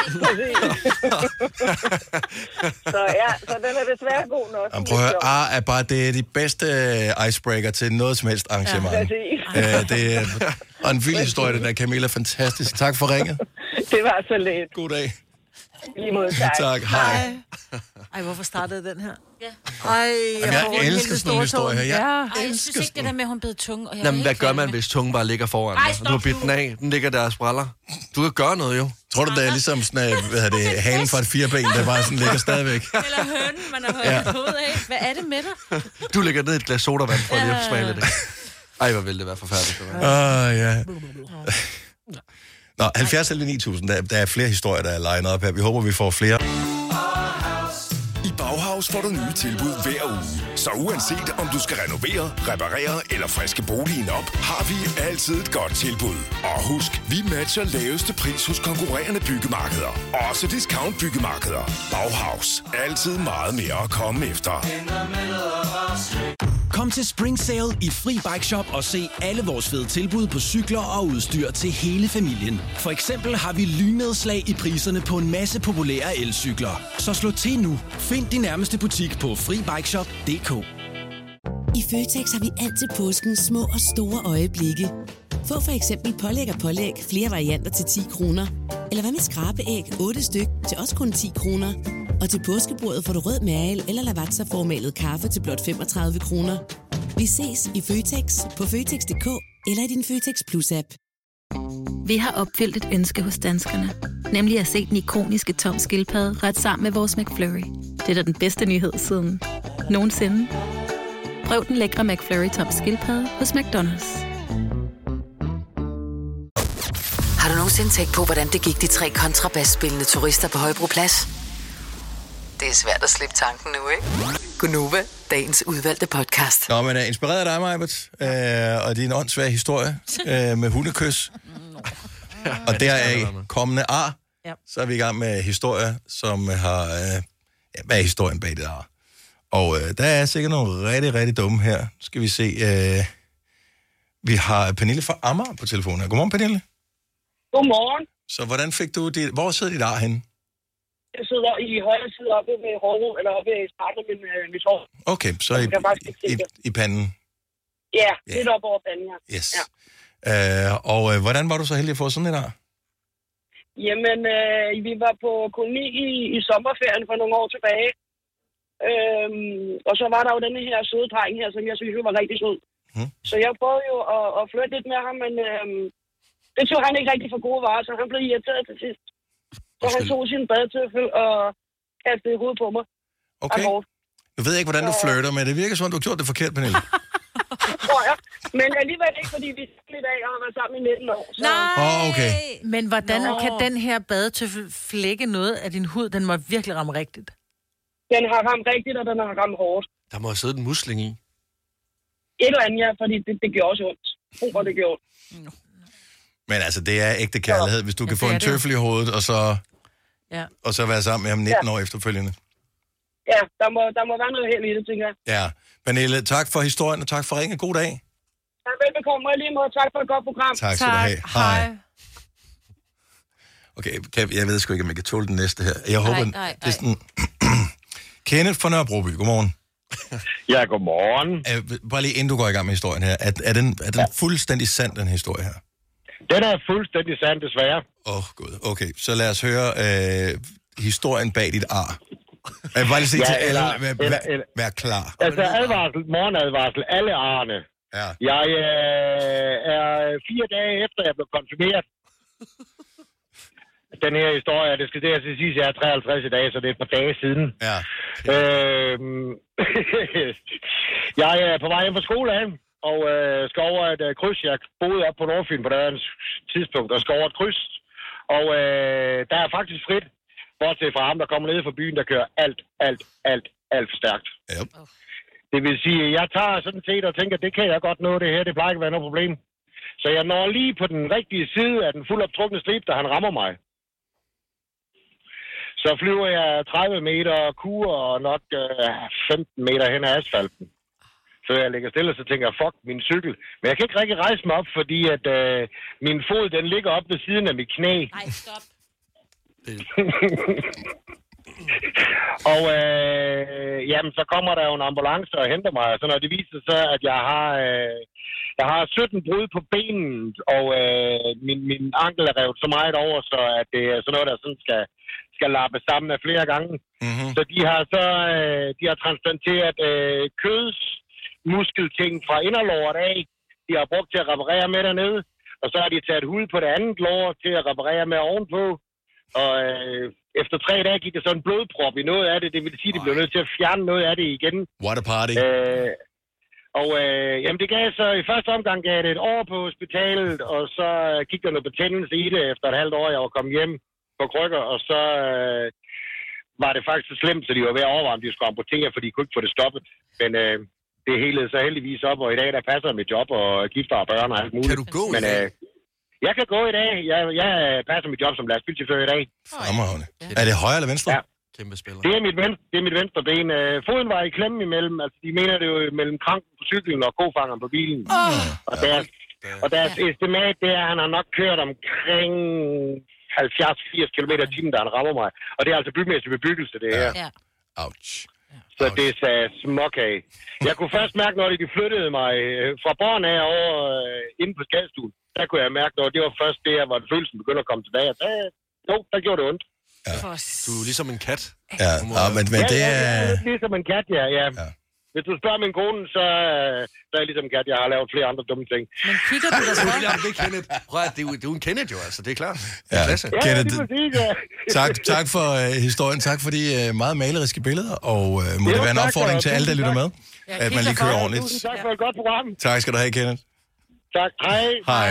så ja, så den er desværre god nok. Jamen, prøv at høre, ar er bare det er de bedste øh, icebreaker til noget som helst arrangement. Ja, Øh, det er, og en vild historie, den der Camilla. Fantastisk. Tak for ringet. Det var så let. God dag. Lige mod tak. Tak, hej. Ej, hvorfor startede den her? Ja. Ej, jeg, Jamen, jeg får en elsker helt sådan nogle stor historier her. tåge. Jeg Ja. Ej, jeg elsker synes ikke, sådan det der med, at hun blev tung. Og jeg Jamen, er hvad helt gør færdig man, med- hvis tungen bare ligger foran Ej, dig? stop Du har bidt nu. den af. Den ligger der og spræller. Du kan gøre noget, jo. Tror du, det er ligesom sådan, uh, hvad hedder det, halen fra et fireben, der bare sådan ligger stadigvæk? Eller hønen, man har hørt ja. hovedet af. Hvad er det med dig? Du ligger ned i et glas sodavand for lige at smage det. Ej, hvor ville det være forfærdeligt. Åh, oh, ja. Nå, halvfjerds eller ni tusind, der, der er flere historier, der er legnet op her. Vi håber, vi får flere. I Bauhaus får du nye tilbud hver uge. Så uanset om du skal renovere, reparere eller friske boligen op, har vi altid et godt tilbud. Og husk, vi matcher laveste pris hos konkurrerende byggemarkeder. Også discount byggemarkeder. Bauhaus. Altid meget mere at komme efter. Kom til Spring Sale i Fri Bike Shop og se alle vores fede tilbud på cykler og udstyr til hele familien. For eksempel har vi lynnedslag i priserne på en masse populære elcykler. Så slå til nu. Find din nærmeste butik på fri bike shop punktum d k. I Føtex har vi altid påskens små og store øjeblikke. Få for eksempel pålæg og pålæg flere varianter til ti kroner. Eller hvad med skrabeæg otte styk til også kun ti kroner. Og til påskebordet får du rød mal eller lavatserformalet kaffe til blot femogtredive kroner. Vi ses i Føtex på Føtex punktum d k eller i din Føtex Plus-app. Vi har opfyldt et ønske hos danskerne. Nemlig at se den ikoniske Tom Skildpadde ret sammen med vores McFlurry. Det er da den bedste nyhed siden nogensinde. Prøv den lækre McFlurry Tom Skildpadde hos McDonald's. Har du nogensinde tænkt på, hvordan det gik de tre kontrabasspillende turister på Højbroplads? Det er svært at slippe tanken nu, ikke? Gunova, dagens udvalgte podcast. Nå, men er inspireret af dig, Majbert, øh, og din åndssvage historie øh, med hundekys. Og deraf kommende ar, Ja. så er vi i gang med historier, som har... Øh, ja, hvad er historien bag det ar? Og øh, der er sikkert nogle rigtig, rigtig dumme her. Nu skal vi se. Øh, vi har Pernille fra Amager på telefonen her. Godmorgen, Pernille. Godmorgen. Så hvordan fik du det? Hvor sidder dit ar henne? Jeg sidder i højre side oppe ved hovedet, eller oppe i starten af min, øh, mit hår. Okay, så i, Jeg kan faktisk ikke i, se det. i panden. Ja, Ja. lidt op over panden her. Yes. Ja. Øh, og øh, hvordan var du så heldig at få sådan et ar? Jamen, øh, vi var på koloni i, i sommerferien for nogle år tilbage. Øhm, og så var der jo denne her søde dreng her, som jeg synes jo var rigtig sød. Hmm. Så jeg prøvede jo at, at flytte lidt med ham, men øhm, det tog han ikke rigtig for gode varer, så han blev irriteret til sidst. Så han tog sin badetøffel og kastede i hovedet på mig. Okay. Jeg ved ikke, hvordan du flirter, men det virker som om, du har gjort det forkert, Pernille. Tror jeg. Men alligevel ikke, fordi vi er i dag og har været sammen i nitten år. Så... Nej! Oh, okay. Men hvordan Nå. kan den her badetøffel flække noget af din hud? Den må virkelig ramme rigtigt. Den har ramt rigtigt, og den har ramt hårdt. Der må have siddet en musling i. Et eller andet, ja, fordi det, det gjorde også ondt. Oh, hvor det gjorde ondt. Men altså, det er ægte kærlighed, hvis du Ja, kan det få er en det. tøffel i hovedet, og så, Ja. og så være sammen med ham nitten år efterfølgende. Ja, der må, der må være noget helt i det, tænker jeg. Ja. Pernille, tak for historien, og tak for ringen. God dag. Ja, velbekomme, og i lige måde tak for et godt program. Tak skal du have. Hej. Okay, kan, jeg ved sgu ikke, om jeg kan tåle den næste her. Jeg håber, nej, nej. det er sådan... Kenneth fra Nørrebroby, godmorgen. Ja, godmorgen. Uh, bare lige inden du går i gang med historien her. Er, er den, er den ja. fuldstændig sand, den historie her? Den er fuldstændig sand, desværre. Åh, oh, gud. Okay, så lad os høre uh, historien bag dit ar. Jeg vil bare lige sige Ja, til alle, eller- vær, eller- vær, eller- vær klar. Altså advarsel, morgenadvarsel, alle arne. Ja. Jeg øh, er fire dage efter, jeg blev konfirmeret. Den her historie, det skal det jeg sige, jeg er treoghalvtreds i dag, så det er et par dage siden. Ja. Øhm, jeg er på vej hjem fra skole af, og øh, skal over et øh, kryds. Jeg boede op på Nordfyn på det tidspunkt, og skal over et kryds. Og øh, der er faktisk frit, bortset fra ham, der kommer ned fra byen, der kører alt, alt, alt, alt for stærkt. Yep. Det vil sige, jeg tager sådan set og tænker, det kan jeg godt nå det her, det plejer ikke at være noget problem. Så jeg når lige på den rigtige side af den fuldoptrukne strip, da han rammer mig. Så flyver jeg tredive meter kur og nok øh, femten meter hen ad asfalten. Så jeg ligger stille, og så tænker jeg, fuck, min cykel. Men jeg kan ikke rigtig rejse mig op, fordi at øh, min fod, den ligger op ved siden af mit knæ. Nej, stop. og øh, jamen, så kommer der jo en ambulance og henter mig, og så når det viser sig, at jeg har, øh, jeg har sytten brud på benet, og øh, min, min ankel er revet så meget over, så at det er sådan noget, der sådan skal, skal lappe sammen af flere gange. Mm-hmm. Så de har så øh, de har transplanteret øh, kødsmuskelting fra inderlåret af, de har brugt til at reparere med dernede, og så har de taget hud på det andet lår til at reparere med ovenpå. Og øh, efter tre dage gik der så en blodprop i noget af det. Det vil sige, at de blev nødt til at fjerne noget af det igen. What a party. Øh, og øh, jamen det gav så, i første omgang gav det et år på hospitalet, og så gik der noget betændelse i det efter et halvt år, jeg var kommet hjem på krykker, og så øh, var det faktisk så slemt, så de var ved at overveje, om de skulle amputere, for de kunne ikke få det stoppet. Men øh, det helede så heldigvis op, og i dag der passer mit job og gifter og børn og alt muligt. Kan du gå Men, i dag? øh, jeg kan gå i dag. Jeg, jeg passer mit job som lastbilchauffør i dag. Fremragende. Ja. Er det højre eller venstre? Ja. Kæmpe spiller. Det er mit, venstre, det er mit venstre ben. Øh, foden var i klemme imellem. Altså, de mener det jo mellem kranken på cyklen og kofangeren på bilen. Oh. Og deres, og deres ja. estimat, det er, at han har nok kørt omkring halvfjerds til firs kilometer i timen, da han rammer mig. Og det er altså bymæssig bebyggelse, det her. Ja. Ouch. Så det sagde smuk af. Jeg kunne først mærke, når de flyttede mig øh, fra borgen af over øh, inde på skadestuen. Der kunne jeg mærke, når det var først det, hvor følelsen begyndte at komme tilbage. Der, jo, der gjorde det ondt. Ja. Du er ligesom en kat. Ja, ja men, men ja, det er... er... Ja, det er ligesom en kat, ja. ja. ja. Hvis du spørger min kone, så, så er jeg ligesom en kat. Jeg har lavet flere andre dumme ting. Men kigger du der så? Prøv at, det er jo, det er jo en Kenneth jo, altså. Det er klart. Det Ja, er klasse. Ja, Kenneth, det er præcis, ja. tak, tak for uh, historien. Tak for de uh, meget maleriske billeder. Og uh, må det være en opfordring til alle, der lytter med, at man lige kører ordentligt. Tusind tak for et godt program. Tak skal du have, Kenneth. Tak. Hej. Hej.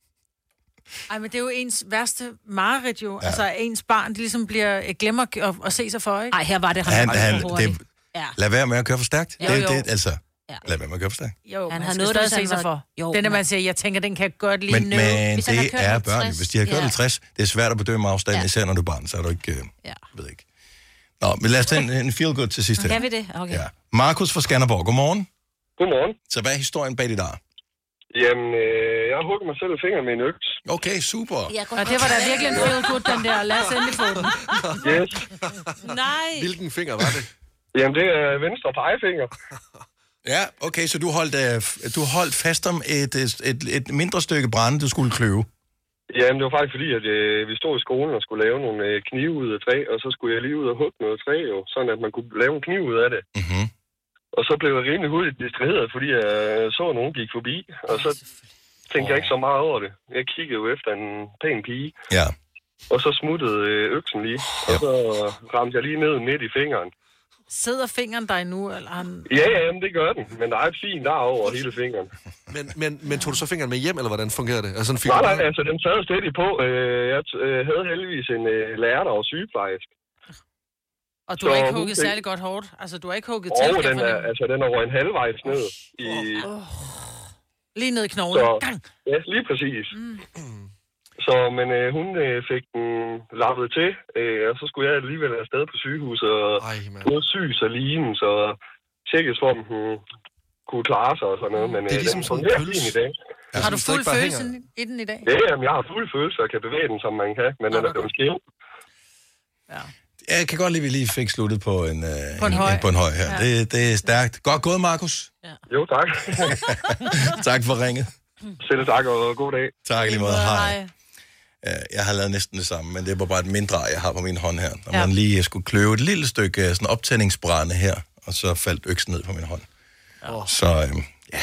Ej, men det er jo ens værste mareridt jo. Ja. Altså, ens barn, de ligesom bliver, jeg glemmer at, at se sig for, ikke? Ej, her var det Han, han, det, ja. lad være med at køre for stærkt. Jo, Det, jo. det, altså, Ja. lad være med at køre for stærkt. Jo, Han han havde har noget, noget, der se sig sådan for. Jo, Den er, men- man siger, jeg tænker, den kan godt lige Men, nå. men Hvis han har det kørt er halvtreds. børn. Hvis de har kørt Ja. halvtreds, det er svært at bedømme afstanden, Ja. især når du er barn, så er du ikke... Øh, Ja. ved ikke. Nå, men lad os tage en, en feel good til sidst her. Kan vi det? Okay. Ja. Markus fra Skanderborg, godmorgen. Godmorgen. Så hvad er historien bag dit ar? Jamen, øh, jeg har hugget mig selv i fingeren med en øks. Okay, super. Ja, Og det var da virkelig en feel good, den der. Lad os endelig få den. Yes. Nej. Hvilken finger var det? Jamen, det er venstre pegefinger. Ja, okay, så du holdt, øh, du holdt fast om et, et, et mindre stykke brænde, du skulle kløve. Jamen, det var faktisk fordi, at øh, vi stod i skolen og skulle lave nogle øh, knive ud af træ, og så skulle jeg lige ud og hugge noget træ, jo, sådan at man kunne lave en kniv ud af det. Mm-hmm. Og så blev jeg rimelig hurtigt distraheret, fordi jeg så, at nogen gik forbi, og så tænkte jeg ikke så meget over det. Jeg kiggede jo efter en pæn pige, Ja. og så smuttede øh, øksen lige, og så ramte jeg lige ned midt i fingeren. Sidder fingeren dig nu, eller han... Ja, ja, jamen, det gør den, men der er et fint ar over hele fingeren. Men, men, men tog du så fingeren med hjem, eller hvordan fungerer det? Altså, Nej, nej, altså den sad stædigt på. Øh, Jeg øh, havde heldigvis en øh, lærer, der var sygeplejerske. Og du Så har ikke hun hugget fik- særlig godt hårdt? Altså, du har ikke hugget Og til, den er, altså, den er røget en halvvejs ned i... Lige ned i knoglen. Så, Gang. ja, lige præcis. Mm. Så, men øh, hun øh, fik den lappet til, øh, og så skulle jeg alligevel afsted på sygehuset og både sys og ligen, så tjekkes for, om hun kunne klare sig og sådan noget. Men Det er øh, ligesom den sådan en fungerer pølse. fint i dag. Ja, Har du som fuld stadig bare følelse hænger. i den i dag? Ja, jamen, jeg har fuld følelse og kan bevæge den, som man kan, men den er blevet skæv. Jeg kan godt lide, at vi lige fik sluttet på en, øh, På en høj. på en høj her. Ja. Det, det er stærkt. Godt gået, Markus. Jo, tak. Tak for ringet. Selv tak, og god dag. Tak lige måde. Hej. Ja, jeg har lavet næsten det samme, men det var bare et mindre, jeg har på min hånd her. Når Ja. man lige skulle kløve et lille stykke øh, sådan optændingsbrænde her, og så faldt øksen ned på min hånd. Ja. Så øh, ja,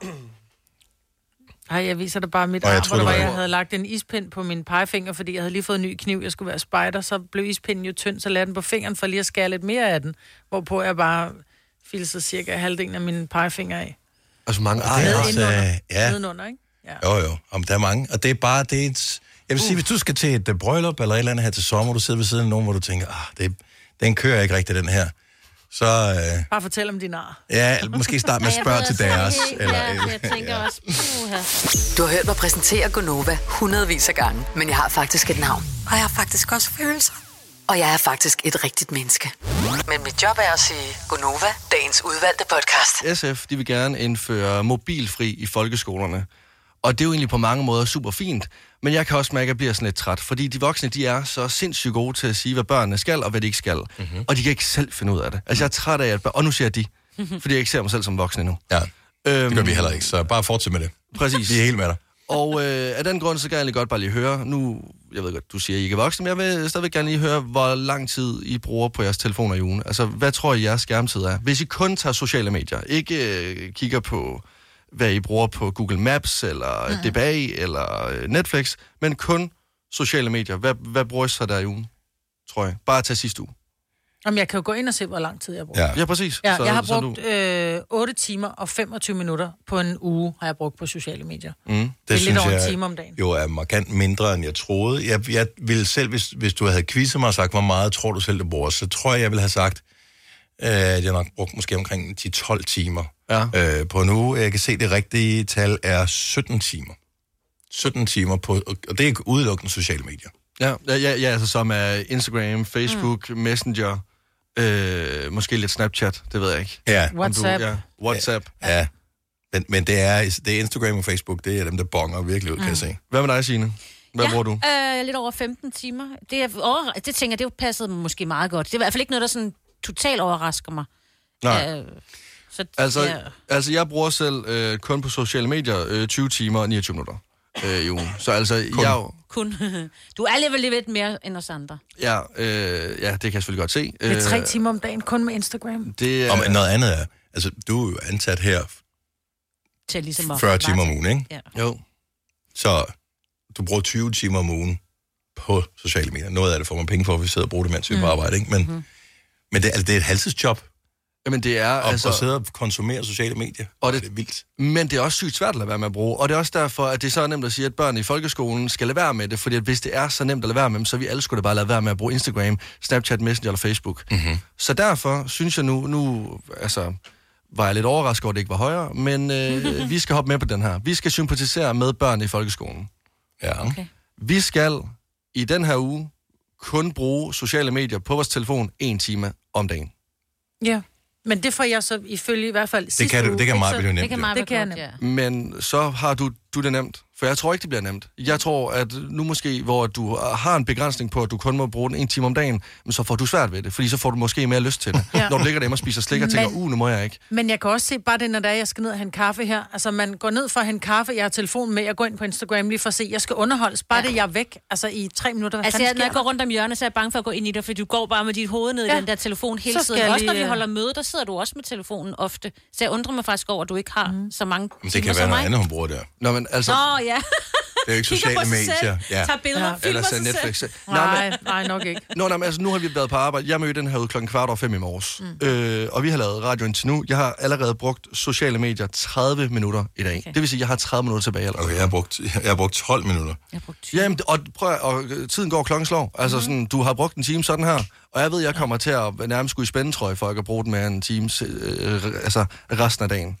Ej, jeg viser dig bare mit Og jeg arm, tror, hvor det der var- var, jeg havde lagt en ispind på min pegefinger, fordi jeg havde lige fået en ny kniv, jeg skulle være spejder, så blev ispinden jo tynd, så lagde den på fingeren for lige at skære lidt mere af den, hvorpå jeg bare filsede cirka halvdelen af mine pegefinger af. Altså mange og det er også, øh, ja. Nedenunder, ikke? Jo, jo. Om der er mange. Og det er bare, det er et, jeg vil sige, hvis du skal til et uh, bryllup eller et eller andet her til sommer, du sidder ved siden af nogen, hvor du tænker, ah, det, den kører ikke rigtig, den her. Så, øh, Bare fortæl om din ar. ja, måske starte med at spørge til deres. Eller, Ja, eller, jeg tænker også, uha. Du har hørt mig præsentere Gonova hundredvis af gange, men jeg har faktisk et navn. Og jeg har faktisk også følelser. Og jeg er faktisk et rigtigt menneske. Men mit job er at sige Gonova, dagens udvalgte podcast. S F, de vil gerne indføre mobilfri i folkeskolerne. Og det er jo egentlig på mange måder super fint, men jeg kan også mærke, at jeg bliver sådan lidt træt, fordi de voksne, de er så sindssygt gode til at sige, hvad børnene skal, og hvad de ikke skal. Mm-hmm. Og de kan ikke selv finde ud af det. Altså, jeg er træt af, at børn... Og nu siger jeg de, fordi jeg ikke ser mig selv som voksen endnu. Ja, øhm, det gør vi heller ikke, så bare fortsæt med det. Præcis. Vi er helt med dig. Og øh, af den grund, så kan jeg egentlig godt bare lige høre, nu, jeg ved godt, du siger, at I ikke er voksne, men jeg vil stadigvæk gerne lige høre, hvor lang tid I bruger på jeres telefoner i ugen. Altså, hvad tror I, jeres skærmtid er? Hvis I kun tager sociale medier, ikke øh, kigger på, hvad I bruger på Google Maps, eller mm. D B A, eller øh, Netflix, men kun sociale medier. Hvad, hvad bruger I så der i ugen, tror jeg? Bare til sidste uge. Jamen, jeg kan jo gå ind og se, hvor lang tid jeg har brugt. Ja, ja præcis. Ja, så, jeg har så brugt du... øh, otte timer og femogtyve minutter på en uge, har jeg brugt på sociale medier. Mm. Det, det er synes lidt over jeg en time om dagen. Jo er markant mindre, end jeg troede. Jeg, jeg ville selv, hvis, hvis du havde quizzet mig og sagt, hvor meget tror du selv, du bruger, så tror jeg, jeg ville have sagt, øh, at jeg nok brugt måske omkring ti til tolv timer ja. øh, på en uge. Jeg kan se, at det rigtige tal er sytten timer. sytten timer på, og det er udelukkende sociale medier. Ja, ja, ja, ja altså som er Instagram, Facebook, mm. Messenger, øh, måske lidt Snapchat, det ved jeg ikke. Ja. WhatsApp. Du, ja, WhatsApp. Ja, ja. Men, men det, er, det er Instagram og Facebook, det er dem, der bonger virkelig ud, mm. kan jeg se. Hvad med dig, Signe? Hvad ja, bruger du? Øh, lidt over femten timer. Det, er over, det tænker jeg, det passede måske meget godt. Det er i hvert fald ikke noget, der sådan totalt overrasker mig. Nej. Øh, så, altså, ja. altså, jeg bruger selv øh, kun på sociale medier øh, tyve timer og niogtyve minutter øh, i ugen. Så altså, kun. jeg... Kun. Du er alligevel lidt mere end os andre. Ja, øh, ja, det kan jeg selvfølgelig godt se. Det er tre timer om dagen, kun med Instagram. Det er... Og noget andet er, altså, du er jo ansat her til ligesom fyrre timer om ugen, ikke? Ja. Jo. Så du bruger tyve timer om ugen på sociale medier. Noget af det får man penge for, at vi sidder og bruger det, mens vi er på arbejde, ikke? Men, mm-hmm. men det, altså, det er et halvtidsjob. Jamen, det er og, altså... at sidde og konsumere sociale medier. Og det, det er vildt. Men det er også sygt svært at lade være med at bruge. Og det er også derfor, at det er så nemt at sige, at børn i folkeskolen skal lade være med det. Fordi at hvis det er så nemt at lade være med dem, så vi alle skulle da bare lade være med at bruge Instagram, Snapchat, Messenger eller Facebook. Mm-hmm. Så derfor synes jeg nu, nu altså, var jeg lidt overrasket over, at det ikke var højere. Men øh, vi skal hoppe med på den her. Vi skal sympatisere med børn i folkeskolen. Ja. Okay. Vi skal i den her uge kun bruge sociale medier på vores telefon en time om dagen. Ja. Men det får jeg så ifølge i hvert fald sidste det kan du, uge. Det kan meget blive nemt. Det kan, meget det kan nemt. Ja. Men så har du, du det nemt. For jeg tror ikke, det bliver nemt. Jeg tror, at nu måske, hvor du har en begrænsning på, at du kun må bruge den en time om dagen, men så får du svært ved det, fordi så får du måske mere lyst til det. Ja. Når du ligger derhjemme og spiser slik og tænker, uh, nu må jeg ikke. Men jeg kan også se bare det, når der er, jeg skal ned og hente kaffe her. Altså, man går ned for at hente kaffe, jeg har telefonen med, jeg går ind på Instagram lige for at se, jeg skal underholdes. Bare ja. det, jeg er væk, altså i tre minutter. Hvad altså, jeg, når jeg går rundt om hjørnet, så er jeg bange for at gå ind i det, fordi du går bare med dit hoved ned ja. i den der telefon hele tiden. Også lige... når vi holder møde, der sidder du også med telefonen ofte. Så jeg undrer mig faktisk over, at du ikke har mm. så mange men det kan være noget andet, hun bruger der. Nå, men altså... Nå, ja. Det er jo ikke sociale medier. Ja. Tager billeder, ja. filmer sig Netflix. selv. Nej, men... nej, nok ikke. Nå, nej, men altså, nu har vi været på arbejde. Jeg mødte den her ud klokken kvart over fem i morges. Mm. Øh, og vi har lavet radio indtil nu. Jeg har allerede brugt sociale medier tredive minutter i dag. Okay. Det vil sige, at jeg har tredive minutter tilbage. Allerede. Okay, jeg har brugt, jeg har brugt tolv minutter. Jeg har brugt tyve. Jamen, og, prøv, og tiden går klokken slår. Altså, mm. sådan, du har brugt en time sådan her. Og jeg ved, jeg kommer til at nærmest skulle i spændetrøje, for at jeg kan bruge den med en time øh, altså, resten af dagen.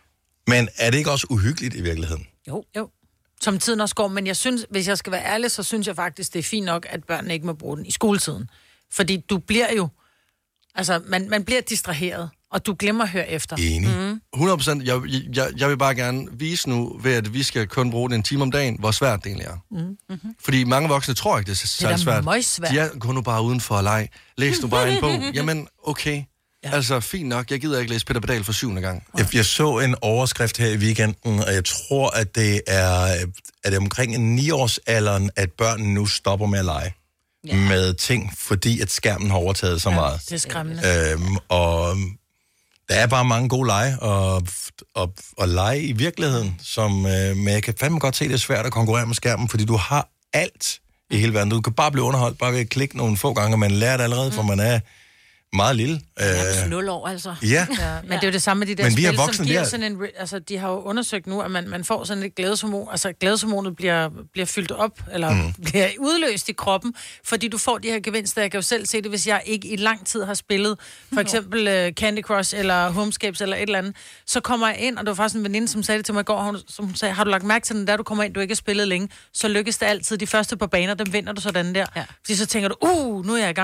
Men er det ikke også uhyggeligt i virkeligheden? Jo, jo. Som tiden også går, men jeg synes, hvis jeg skal være ærlig, så synes jeg faktisk, det er fint nok, at børnene ikke må bruge den i skoletiden. Fordi du bliver jo, altså man, man bliver distraheret, og du glemmer at høre efter. Enig. Mm. hundrede procent. Jeg, jeg, jeg vil bare gerne vise nu, ved at vi skal kun bruge den en time om dagen, hvor svært det egentlig er. Mm. Mm-hmm. Fordi mange voksne tror ikke, det er så svært. Det er svært. De er, gå nu bare udenfor og lege. Læs nu bare en bog. Jamen, okay. Ja. Altså, fint nok. Jeg gider ikke læse Peter Pedal for syvende gang. Jeg, jeg så en overskrift her i weekenden, og jeg tror, at det er, at det er omkring en ni-årsalderen, at børnene nu stopper med at lege ja. med ting, fordi at skærmen har overtaget så ja, meget. Det er skræmmende. Øhm, og der er bare mange gode lege, og, og, og lege i virkeligheden, som, øh, men jeg kan fandme godt se, det er svært at konkurrere med skærmen, fordi du har alt i hele verden. Du kan bare blive underholdt, bare ved at klikke nogle få gange, og man lærer det allerede, for man er meget lille. Ja, øh, nul år, altså. Ja. ja. Men det er jo det samme med de der men spil, vi er voksne, som giver er... sådan en... Altså, de har jo undersøgt nu, at man, man får sådan et glædeshormon. Altså, glædeshormonet bliver, bliver fyldt op, eller mm. bliver udløst i kroppen, fordi du får de her gevinster. Jeg kan jo selv se det, hvis jeg ikke i lang tid har spillet, for eksempel uh, Candy Crush, eller Homescapes, eller et eller andet, så kommer jeg ind, og det var faktisk en veninde, som sagde det til mig i går, hun, som hun sagde, har du lagt mærke til den, der du kommer ind, du ikke har spillet længe, så lykkes det altid. De første på baner, dem vinder du sådan der. Ja. Fordi så tænker du, uh, nu er jeg i gang.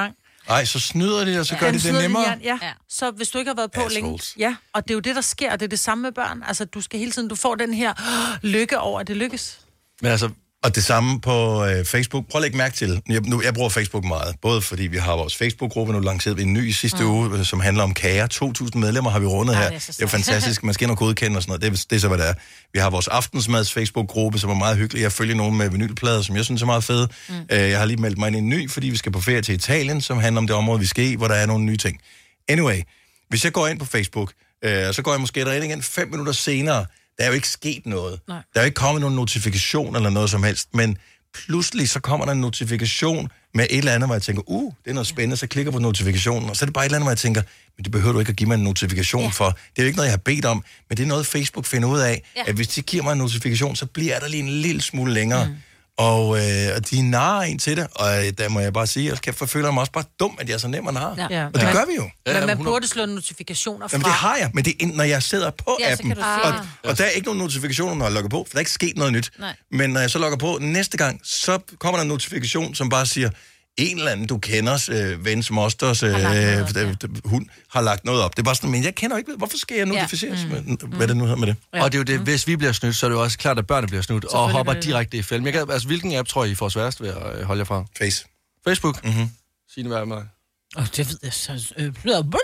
Ej, så snyder de, og så Ja. gør Den de det snyder nemmere. din hjerne, Ja. Så hvis du ikke har været på Assholes. længe... Ja, og det er jo det, der sker. Det er det samme med børn. Altså, du skal hele tiden... Du får den her åh, lykke over, at det lykkes. Men altså... Og det samme på øh, Facebook. Prøv at lægge mærke til. Jeg, nu, jeg bruger Facebook meget. Både fordi vi har vores Facebook-gruppe. Nu lancerede vi en ny i sidste mm. uge, som handler om kager. to tusind medlemmer har vi rundet her. Ej, Det det er, er så det er jo fantastisk. Man skal ind og godkende og sådan noget. Det er, det er så, hvad det er. Vi har vores aftensmads Facebook-gruppe, som er meget hyggelig. Jeg følger nogen med vinylplader, som jeg synes er meget fede. Mm. Øh, jeg har lige meldt mig ind i en ny, fordi vi skal på ferie til Italien, som handler om det område, vi skal i, hvor der er nogle nye ting. Anyway, hvis jeg går ind på Facebook, øh, så går jeg måske derind igen fem minutter senere. Der er jo ikke sket noget. Nej. Der er jo ikke kommet nogen notifikation eller noget som helst, men pludselig så kommer der en notifikation med et eller andet, hvor jeg tænker, uh, det er noget spændende, så klikker på notifikationen, og så er det bare et eller andet, hvor jeg tænker, men det behøver du ikke at give mig en notifikation ja. for. Det er jo ikke noget, jeg har bedt om, men det er noget, Facebook finder ud af, ja. at hvis de giver mig en notifikation, så bliver der lige en lille smule længere. Mm. Og, øh, og de narrer en til det, og øh, der må jeg bare sige, at jeg føler mig også bare dum, at jeg er så nem at narre. Ja. Og det gør vi jo. Men man, man burde slå notifikationer fra. Jamen det har jeg, men det er, når jeg sidder på ja, appen, og, og der er ikke nogen notifikationer, når jeg logger på, for der er ikke sket noget nyt. Nej. Men når jeg så logger på næste gang, så kommer der en notifikation, som bare siger, en eller anden, du kender, øh, ven som Osters øh, hund, har lagt noget op. Det er bare sådan, men jeg kender ikke, hvorfor skal jeg notificeres ja. mm. med, hvad det nu hedder med det? Ja. Og det er jo det, hvis vi bliver snydt, så er det jo også klart, at børnene bliver snydt, og hopper direkte i fælden. Jeg kan, altså, hvilken app tror I, I får sværest ved at holde jer fra? Face. Facebook? Mm-hmm. Sig det, hvad er med? Oh, det ved jeg så... Øh,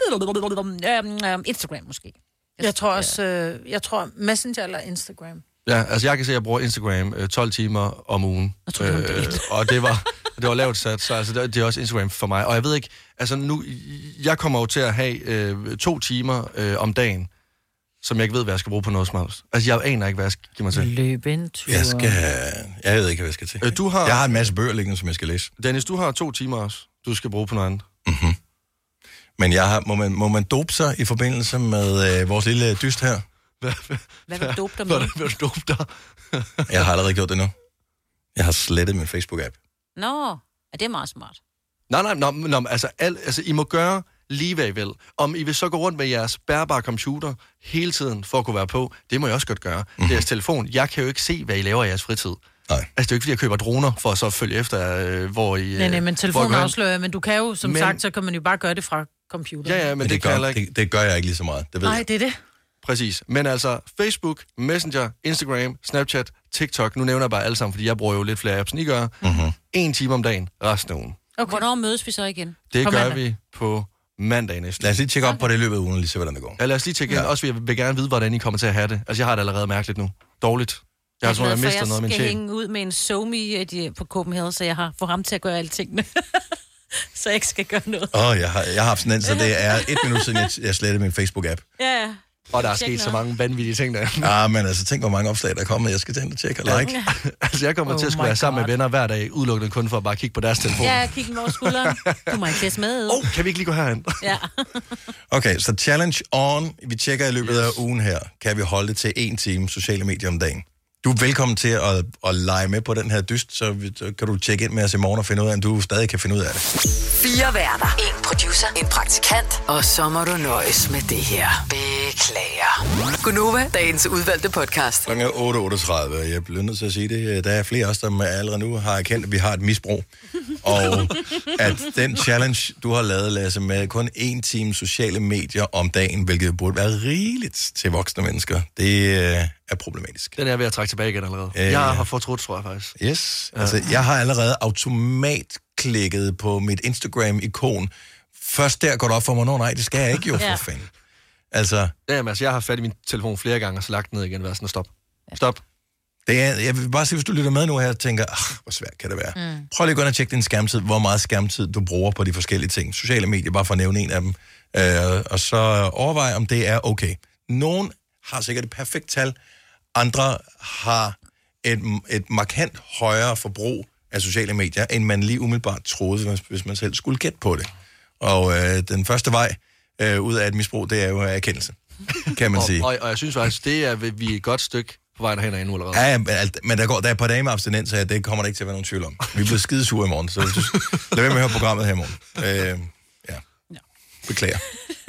Instagram måske. Jeg tror også... Øh, jeg tror Messenger eller Instagram. Ja, altså jeg kan se, at jeg bruger Instagram øh, tolv timer om ugen. Tror, øh, og det var, det var lavt sat, så altså, det, det er også Instagram for mig. Og jeg ved ikke, altså nu, jeg kommer jo til at have øh, to timer øh, om dagen, som jeg ikke ved, hvad jeg skal bruge på noget som helst. Altså jeg aner ikke, hvad jeg skal give mig til. Løb en tur. Jeg skal... Jeg ved ikke, hvad jeg skal til. Øh, du har, jeg har en masse bøger liggende, som jeg skal læse. Dennis, du har to timer også, du skal bruge på noget andet. Mm-hmm. Men jeg har, må, man, må man dope sig i forbindelse med øh, vores lille dyst her? Hvad vil dope dig med? Hvad vil du dope dig? Jeg har allerede gjort det nu. Jeg har slettet min Facebook-app. Nå, er det meget smart? Nej, nej, nej, nej altså, al, altså I må gøre lige hvad I vil. Om I vil så gå rundt med jeres bærbare computer hele tiden for at kunne være på, det må jeg også godt gøre. Mm-hmm. Det er jeres telefon. Jeg kan jo ikke se, hvad I laver i jeres fritid. Nej. Altså, det er jo ikke, fordi jeg køber droner for at så følge efter, øh, hvor I... Nej, nej, men telefonen afslører, men du kan jo, som men, sagt, så kan man jo bare gøre det fra computer. Ja, ja, men, men det, det, gør, ikke... det, det gør jeg ikke lige så meget. Det ved Nej, jeg. det er det. Præcis. Men altså, Facebook, Messenger, Instagram, Snapchat, TikTok, nu nævner jeg bare alle sammen, fordi jeg bruger jo lidt flere apps, end I gør. Mm-hmm. En time om dagen, resten af ugen. Okay. Hvornår mødes vi så igen? Det på gør mandag. vi på mandag næste. Lad os lige tjekke op på det i løbet af ugen, og lige se, hvordan det går. Ja, lad os lige tjekke ja. ind. Også vil jeg vil gerne vide, hvordan I kommer til at have det. Altså, jeg har det allerede mærkeligt nu. Dårligt. Jeg har sådan, jeg mister noget af min sjæl. Jeg skal sjæl. hænge ud med en somi på Copenhagen, så jeg har fået ham til at gøre alle tingene. Så jeg ikke skal gøre noget. Åh, oh, jeg har, jeg har haft sådan en, så det er et minut siden, jeg, jeg slettede min Facebook-app. Ja, og der er sket noget. Så mange vanvittige ting der. Ah, men altså, tænk, hvor mange opslag, der er kommet. Jeg skal til at tjekke og like. Ja. Altså, jeg kommer oh til at skulle være sammen God. med venner hver dag, udelukkende kun for at bare kigge på deres telefon. Ja, kigge med over skulderen. Du må ikke læse med. Åh, oh, kan vi ikke lige gå herhen? Ja. Okay, så challenge on. Vi tjekker i løbet yes. af ugen her. Kan vi holde det til en time sociale medier om dagen? Du er velkommen til at, at lege med på den her dyst, så kan du tjekke ind med os i morgen og finde ud af, om du stadig kan finde ud af det. Fire værter, en producer, en praktikant, og så må du nøjes med det her. Beklager. Gunova, dagens udvalgte podcast. Klokken er otte otteogtredive. Jeg bliver nødt til at sige det. Der er flere af os, der allerede nu har erkendt, at vi har et misbrug. Og at den challenge, du har lavet, Lasse, med kun en time sociale medier om dagen, hvilket burde være rigeligt til voksne mennesker, det er problematisk. Den er ved at trække tilbage igen allerede. Øh, jeg har fortrudt, tror jeg faktisk. Yes. Ja. Altså, jeg har allerede automatklikket på mit Instagram-ikon. Først der går det op for mig, nå nej, det skal jeg ikke jo, for ja. fanden. Altså... Jamen, altså, jeg har fat i min telefon flere gange, og så lagt den ned igen, og sådan, stop. Stop. Det er, jeg vil bare sige, hvis du lytter med nu her og tænker, ah, hvor svært kan det være. Mm. Prøv lige at gå ind og tjekke din skærmtid, hvor meget skærmtid du bruger på de forskellige ting. Sociale medier, bare for at nævne en af dem. Øh, og så overvej, om det er okay. Nogen har sikkert et perfekt tal, andre har et, et markant højere forbrug af sociale medier, end man lige umiddelbart troede, hvis man selv skulle gætte på det. Og øh, den første vej øh, ud af et misbrug, det er jo erkendelse, kan man sige. Og, og, og jeg synes faktisk, det er vi er et godt stykke på vejen derhen endnu allerede. Ja, men der, går, der er et par dage med abstinens, og det kommer der ikke til at være nogen tvivl om. Vi bliver skidesure i morgen, så lad være med at høre programmet her i morgen. Øh, ja. Beklager.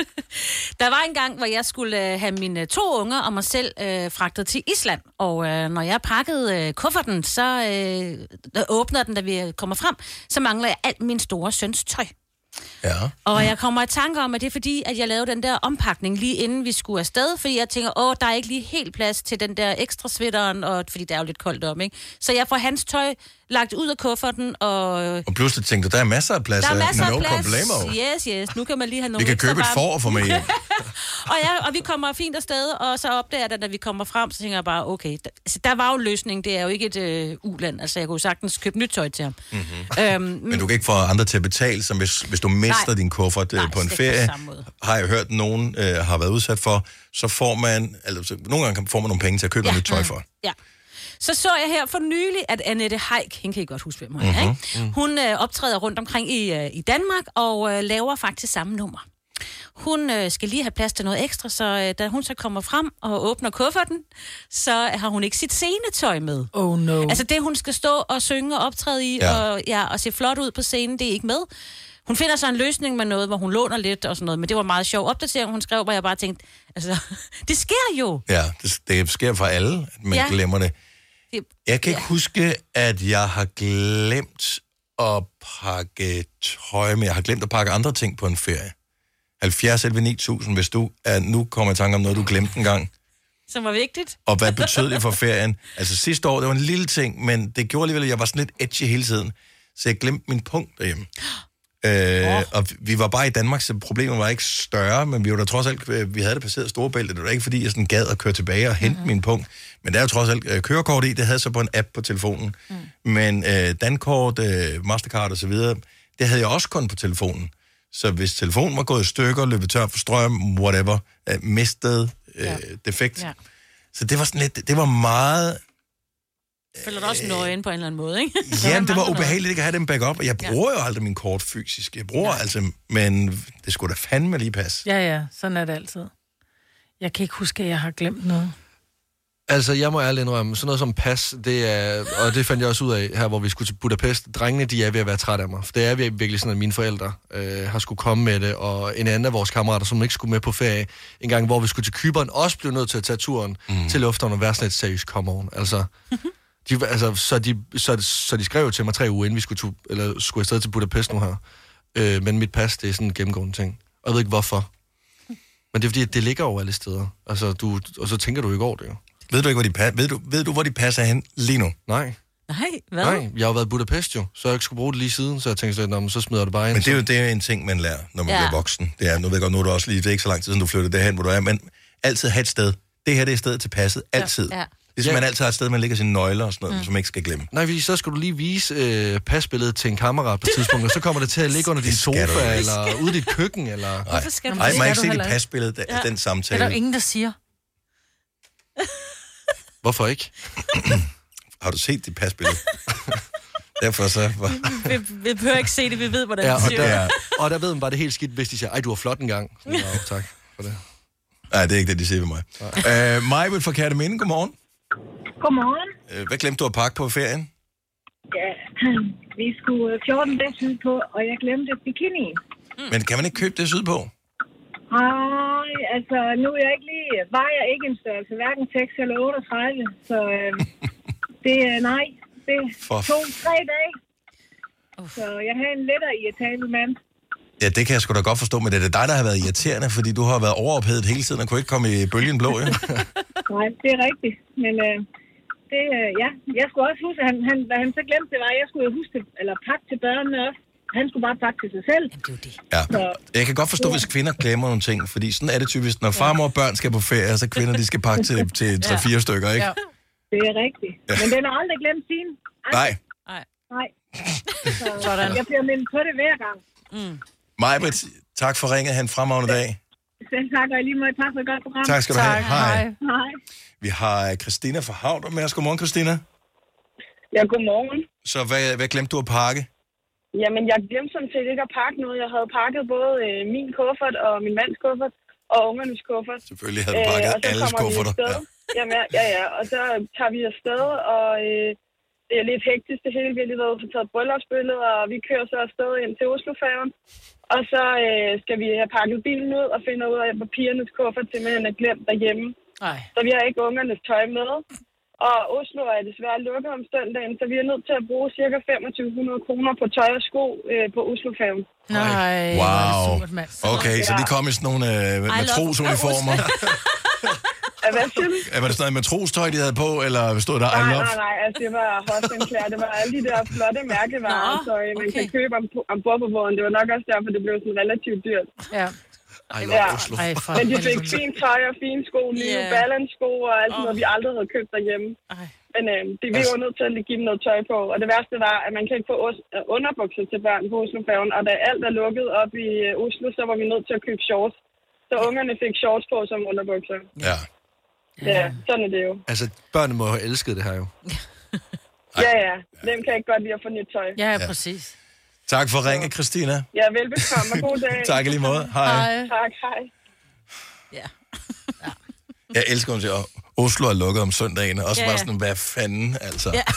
Der var en gang, hvor jeg skulle øh, have mine to unger og mig selv øh, fragtet til Island. Og øh, når jeg pakkede øh, kufferten, så øh, åbner den, da vi kommer frem, så mangler jeg alt min store søns tøj. Ja. Og jeg kommer i tanke om, at det er fordi, at jeg lavede den der ompakning lige inden vi skulle afsted, fordi jeg tænker, åh, der er ikke lige helt plads til den der ekstra sweateren, og fordi det er jo lidt koldt om, ikke? Så jeg får hans tøj lagt ud af kufferten, og... Og pludselig tænkte du, der er masser af plads. Der er masser no af plads. Problemo. Yes, yes. Nu kan man lige have nogle vi kan ekstra købe et varme. får for med hjem. og, ja, og vi kommer fint afsted, og så opdager jeg, at da vi kommer frem, så tænker jeg bare, okay, der, altså, der var jo løsning. Det er jo ikke et øh, uland. Altså, jeg kunne sagtens købe nyt tøj til ham. Mm-hmm. Øhm, Men du kan ikke få andre til at betale, som hvis, hvis du mister nej, din kuffert øh, nej, på en på ferie, har jeg hørt, nogen øh, har været udsat for, så får man, altså nogle gange får man nogle penge til at købe ja. noget nyt tøj for. Ja. Så så jeg her for nylig, at Annette Haik, hende kan I godt huske, hvem hun er, Mm-hmm. ikke? Hun øh, optræder rundt omkring i, øh, i Danmark og øh, laver faktisk samme nummer. Hun øh, skal lige have plads til noget ekstra, så øh, da hun så kommer frem og åbner kufferten, så har hun ikke sit scenetøj med. Oh no. Altså det, hun skal stå og synge og optræde i, Ja. og, ja, og se flot ud på scenen, det er ikke med. Hun finder så en løsning med noget, hvor hun låner lidt og sådan noget, men det var meget sjov opdatering, hun skrev, hvor jeg bare tænkte, altså, det sker jo. Ja, det, det sker for alle, at man Ja. ja. glemmer det. Det- Jeg kan ikke ja. huske, at jeg har glemt at pakke tøj med. Jeg har glemt at pakke andre ting på en ferie. halvfjerds elleve ni tusind, hvis du er, nu kommer i tanke om noget, du glemte en gang. Som var vigtigt. Og hvad betød det for ferien? Altså sidste år, det var en lille ting, men det gjorde alligevel, at jeg var sådan lidt edgy hele tiden. Så jeg glemte min punkt derhjemme. Øh, oh. Og vi var bare i Danmark, så problemet var ikke større, men vi var da trods alt, vi havde det passeret Storebælt. Det var ikke, fordi jeg sådan gad at køre tilbage og hente mm-hmm. min punkt. Men der er jo trods alt øh, kørekort i, det havde så på en app på telefonen. Mm. Men øh, dankort, øh, Mastercard og så videre, det havde jeg også kun på telefonen. Så hvis telefonen var gået i stykker, løbet tør for strøm, whatever, øh, mistet, øh, ja. defekt. Ja. Så det var sådan lidt, det var meget... Føler du også nøgen på en eller anden måde, ikke? Jamen, det var ubehageligt ikke at have dem backup, og jeg bruger ja. jo aldrig min kort fysisk. Jeg bruger ja. altså, men det skulle da fandme lige passe. Ja, ja, sådan er det altid. Jeg kan ikke huske, at jeg har glemt noget. Altså, jeg må ærligt indrømme, sådan noget som pas, det er, og det fandt jeg også ud af her, hvor vi skulle til Budapest. Drengene, de er ved at være trætte af mig. For det er virkelig sådan, at mine forældre øh, har skulle komme med det, og en anden af vores kammerater, som ikke skulle med på ferie, en gang, hvor vi skulle til Cypern, også blev nødt til at tage turen mm. til lufthavnen og være sådan et seriøst come on. Altså, de, altså så, de, så, så de skrev til mig tre uger, inden vi skulle, to, eller skulle afsted til Budapest nu her. Øh, men mit pas, det er sådan en gennemgående ting. Og jeg ved ikke, hvorfor. Men det er fordi, at det ligger over alle steder. Altså, du, og så tænker du ikke over det jo. Ved du ikke, hvor de, pa- ved du, ved du, hvor de passer hen lige nu? Nej. Nej, hvad? Nej, jeg har jo været i Budapest jo, så jeg ikke skulle bruge det lige siden, så jeg tænkte sådan, så smider det bare ind. Men det er jo det er en ting, man lærer, når man Ja. bliver voksen. Det er, nu ved jeg godt, nu er du også lige, det er ikke så lang tid siden, du flyttede derhen, hvor du er, men altid have et sted. Det her det er stedet til passet, altid. Ja. Ligesom Ja. man altid har et sted, man lægger sine nøgler og sådan noget, mm. som man ikke skal glemme. Nej, fordi så skal du lige vise øh, pasbilledet til en kammerat på et tidspunkt, og så kommer det til at ligge under din sofa, eller ude i dit køkken, eller... Nej, skal du- Nej det man skal ikke du se det heller ikke. pasbillede af Ja. den Det samtale. er der jo ingen, der siger. Hvorfor ikke? Har du set dit pasbillede? Derfor så... Var... Vi, vi behøver ikke se det, vi ved, hvordan Ja, det og, ser ud. der, og der ved man bare, det er helt skidt, hvis de siger, ej, du var flot engang. Så, ja, tak for det. Nej, det er ikke det, de siger ved mig. Uh, Majbel fra Kærteminde, godmorgen. Godmorgen. Uh, hvad glemte du at pakke på ferien? Ja, vi skulle fjorten dage sydpå, og jeg glemte bikinien. Mm. Men kan man ikke købe det sydpå? Ej, altså, nu er jeg ikke lige... Var jeg ikke en størrelse, hverken seks eller otteogtredive, så øh, det er nej. Det For... tog tre dage. Så jeg havde en lettere irritabel mand. Ja, det kan jeg sgu da godt forstå, men det er dig, der har været irriterende, fordi du har været overophedet hele tiden og kunne ikke komme i bølgen blå, jo. Nej, det er rigtigt. Men øh, det, øh, ja, jeg skulle også huske, han, han, hvad han så glemte, det var, at jeg skulle huske, det, eller pakke til børnene også. Han skulle bare pakke til sig selv. Ja. Jeg kan godt forstå, hvis kvinder glemmer nogle ting, fordi sådan er det typisk, når far, mor og børn skal på ferie, så kvinder, de skal pakke til, til tre fire stykker, ikke? Ja. Det er rigtigt. Ja. Men den har aldrig glemt sin. Nej. Nej. Nej. Så jeg bliver mindet på det hver gang. Mm. Majbrit, tak for ringet. Han fremragende dag. Selv tak, og i lige måde tak for et godt program. Tak skal du have. Hej. Hej. Vi har Christina fra Havdrup med os. Godmorgen, Christina. Ja, godmorgen. Så hvad, hvad glemte du at pakke? Jamen, jeg glemte sådan set ikke at pakke noget. Jeg havde pakket både øh, min kuffert og min mands kuffert og ungernes kuffert. Selvfølgelig havde du pakket øh, alles kufferter. Ja. Jamen, ja, ja, ja. Og så tager vi afsted, og øh, det er lidt hektisk det hele. Vi har lige været for taget bryllupsbilleder, og vi kører så afsted ind til Oslofærgen. Og så øh, skal vi have pakket bilen ud og finde ud af, at papirernes kuffert simpelthen er glemt derhjemme. Ej. Så vi har ikke ungernes tøj med. Og Oslo er desværre lukket om søndagen, så vi er nødt til at bruge cirka femogtyve hundrede kroner på tøj og sko øh, på Oslofærgen. Nej, Wow. surt, mand. Okay, så de kom i sådan nogle øh, matrosuniformer. Hvad siger du? Var det sådan noget matrostøj, de havde på, eller stod der I Nej, love? nej, nej, altså det var Hossenklæder, det var alle de der flotte mærkevarer, så øh, man kan købe om, ombord på båden. Det var nok også derfor, det blev sådan relativt dyrt. Ja. I love Ja. Oslo. Ej, for Men de fik helvede. fint tøj og fine sko, New Yeah. Balance sko og alt sådan noget, vi aldrig havde købt derhjemme. Ej. Men øh, det, vi var nødt til at give dem noget tøj på. Og det værste var, at man kan ikke få os- øh, underbukser til børn på Oslofærgen. Og da alt er lukket op i øh, Oslo, så var vi nødt til at købe shorts. Så ungerne fik shorts på som underbukser. Ja. Ja, sådan er det jo. Altså, børnene må have elsket det her jo. Ja, ja. Dem kan ikke godt lide at få nyt tøj. Ja, præcis. Tak for ringe, Christina. Ja, velbekomme og god dag. Tak i lige måde. Hej. Tak, hej. Ja. Jeg elsker, hun siger, at Oslo er lukket om søndagen. Også Ja, bare ja. sådan, hvad fanden, altså. Ja.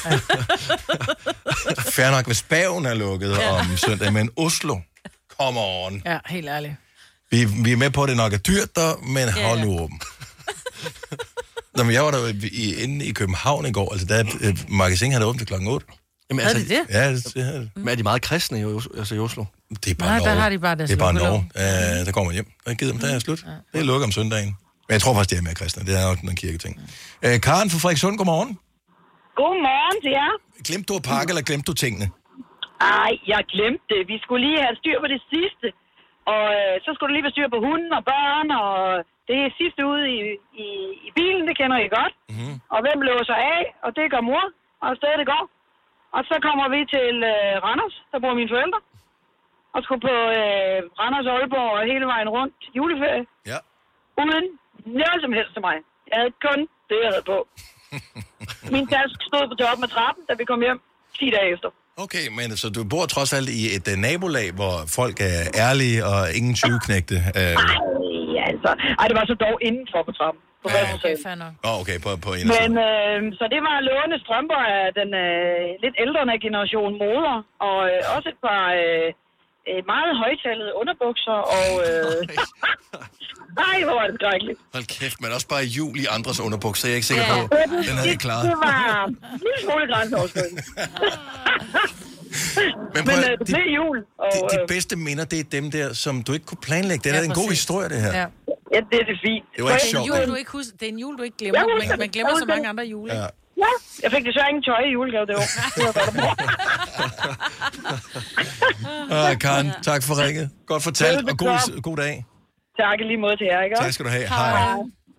Fair nok, hvis Bergen er lukket ja. om søndagen, men Oslo, come on. Ja, helt ærligt. Vi, vi er med på, at det nok er dyrt der, men Ja, hold ja. nu åben. Nå, men jeg var der jo i, inde i København i går, altså der øh, magasin havde åbent til klokken otte. Jamen, Havde altså, de det? Ja, det, det havde det. Men er de meget kristne i, Os- altså, i Oslo? Det er bare Nej, Norge. der har de bare deres Det er bare lukkelov. Norge. Uh, der går man hjem. Der gider dem, der er slut. Det er lukket om søndagen. Men jeg tror faktisk, det er mere kristne. Det er jo noget kirketing. Uh, Karen fra Frederikssund, godmorgen. Godmorgen til jer. Glemte du at pakke, eller glemte du tingene? Ej, jeg glemte det. Vi skulle lige have styr på det sidste. Og øh, så skulle der lige være styr på hunden og børn, og det er sidste ude i, i, i bilen, det kender I godt. Mm-hmm. Og hvem låser af, og det gør mor, og afsted det går. Og så kommer vi til øh, Randers, der bor mine forældre. Og skulle på øh, Randers og Aalborg og hele vejen rundt juleferie. Ja. Uden noget som helst til mig. Jeg havde kun det, jeg havde på. Min taske stod på toppen af trappen, da vi kom hjem ti dage efter. Okay, men så du bor trods alt i et uh, nabolag, hvor folk er ærlige og ingen tyveknægte. Uh... Ej, altså. Ej, det var så dog indenfor på trappen. På Ja, okay, oh, okay, på, på en Men øh, så det var låne strømper af den øh, lidt ældre generation moder, og øh, også et par øh, øh, meget højtallede underbukser, og øh, ej, hvor var det skrækkeligt. Hold kæft, men også bare jul i andres underbukser. Jeg er ikke sikker Ja. på, den havde jeg klaret. Det var en lille smule grænseoverskridende. Men, Men prøv, øh, at- det blev jul. Og, de, de øh, bedste minder, det er dem der, som du ikke kunne planlægge. Det er Ja, da en god præcis. historie, det her. Ja. ja, det er det fint. Det var ikke Det er en sjovt. jul, du ikke husker. Det er en jul, du ikke glemmer. Jeg husker Man, det. man glemmer Jeg så husker mange det. andre jule. Ja. Ja, jeg fik desværre ingen tøj i julegave det år. Det var godt. Ah, Karen, tak for ringet. Godt fortalt, og god, god dag. Tak i lige måde til jer, ikke? Tak skal du have. Hej.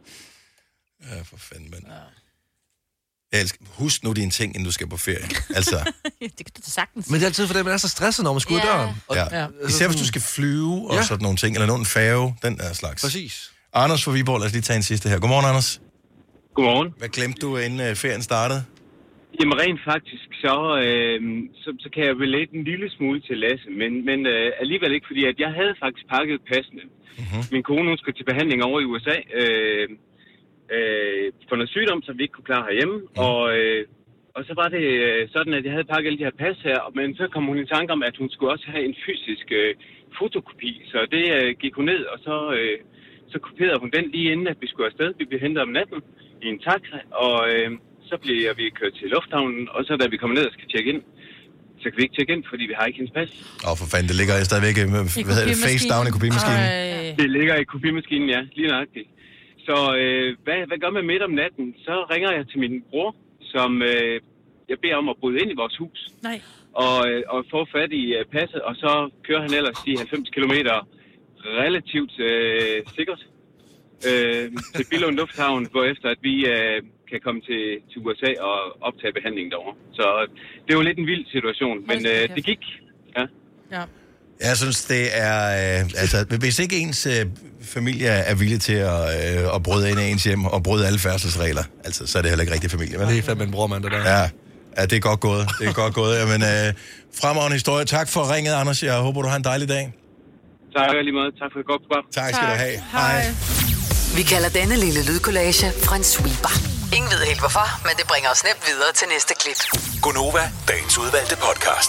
Ja, for fanden, mand. Jeg elsker. Husk nu dine ting, inden du skal på ferie. Altså, Det kan du da sagtens. Men det er altid for det, man er så stresset, når man skal ud af Ja. døren. Og, ja. Især hvis du skal flyve og Ja. sådan nogle ting, eller nå en færge, den der slags. Præcis. Anders fra Viborg, lad os lige tage en sidste her. Godmorgen, Anders. Godmorgen. Hvad glemte du, inden uh, ferien startede? Jamen rent faktisk, så, øh, så, så kan jeg relate en lille smule til Lasse, men, men øh, alligevel ikke, fordi at jeg havde faktisk pakket passende. Mm-hmm. Min kone, hun skal til behandling over i U S A øh, øh, for noget sygdom, som vi ikke kunne klare herhjemme, mm. og, øh, og så var det øh, sådan, at jeg havde pakket alle de her pas her, men så kom hun i tanke om, at hun skulle også have en fysisk øh, fotokopi, så det øh, gik hun ned, og så, øh, så kopierede hun den lige inden, at vi skulle afsted. Vi blev hentet om natten i en taxa, og øh, så bliver vi kørt til lufthavnen, og så da vi kommer ned og skal tjekke ind, så kan vi ikke tjekke ind, fordi vi har ikke hendes pas. Åh, oh, for fanden, det ligger stadigvæk øh, hvad hedder det, face down i kopimaskinen. Ej. Det ligger i kopimaskinen, ja, lige nøjagtigt. Så øh, hvad, hvad gør man midt om natten? Så ringer jeg til min bror, som øh, jeg beder om at bryde ind i vores hus. Nej. Og, øh, og få fat i øh, passet, og så kører han ellers de halvfems kilometer relativt øh, sikkert øh, til Billund Lufthavn, hvorefter at vi øh, kan komme til, til U S A og optage behandling derovre. Så det var lidt en vild situation, men øh, det gik. Ja. Ja. Jeg synes, det er... Øh, altså, hvis ikke ens øh, familie er villig til at, øh, at bryde ind i ens hjem og bryde alle færdselsregler, altså, så er det heller ikke rigtig familie. Vel? Det er fandme en bror, mand, det der. Ja, ja, det er godt gået. Det er godt gået. Men øh, fremragende historie. Tak for ringet, Anders. Jeg håber, du har en dejlig dag. Tak lige meget. Tak for et godt program. Tak skal du have. Hej. Vi kalder denne lille lydkollage en sweeper. Ingen ved helt hvorfor, men det bringer os nemt videre til næste klip. Gonova, dagens udvalgte podcast.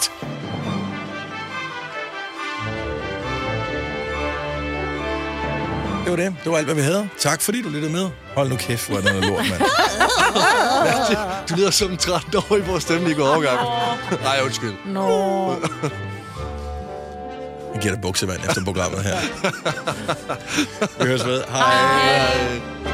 Det var det. Det var alt, hvad vi havde. Tak, fordi du lyttede med. Hold nu kæft, hvor er det noget lort, mand. Du lyder som en tretten-årig, hvor stemmen lige går overgang. Nej, undskyld. Nå. Jeg giver dig buksevand efter programmet her. Vi høres ved. Hej. Hej.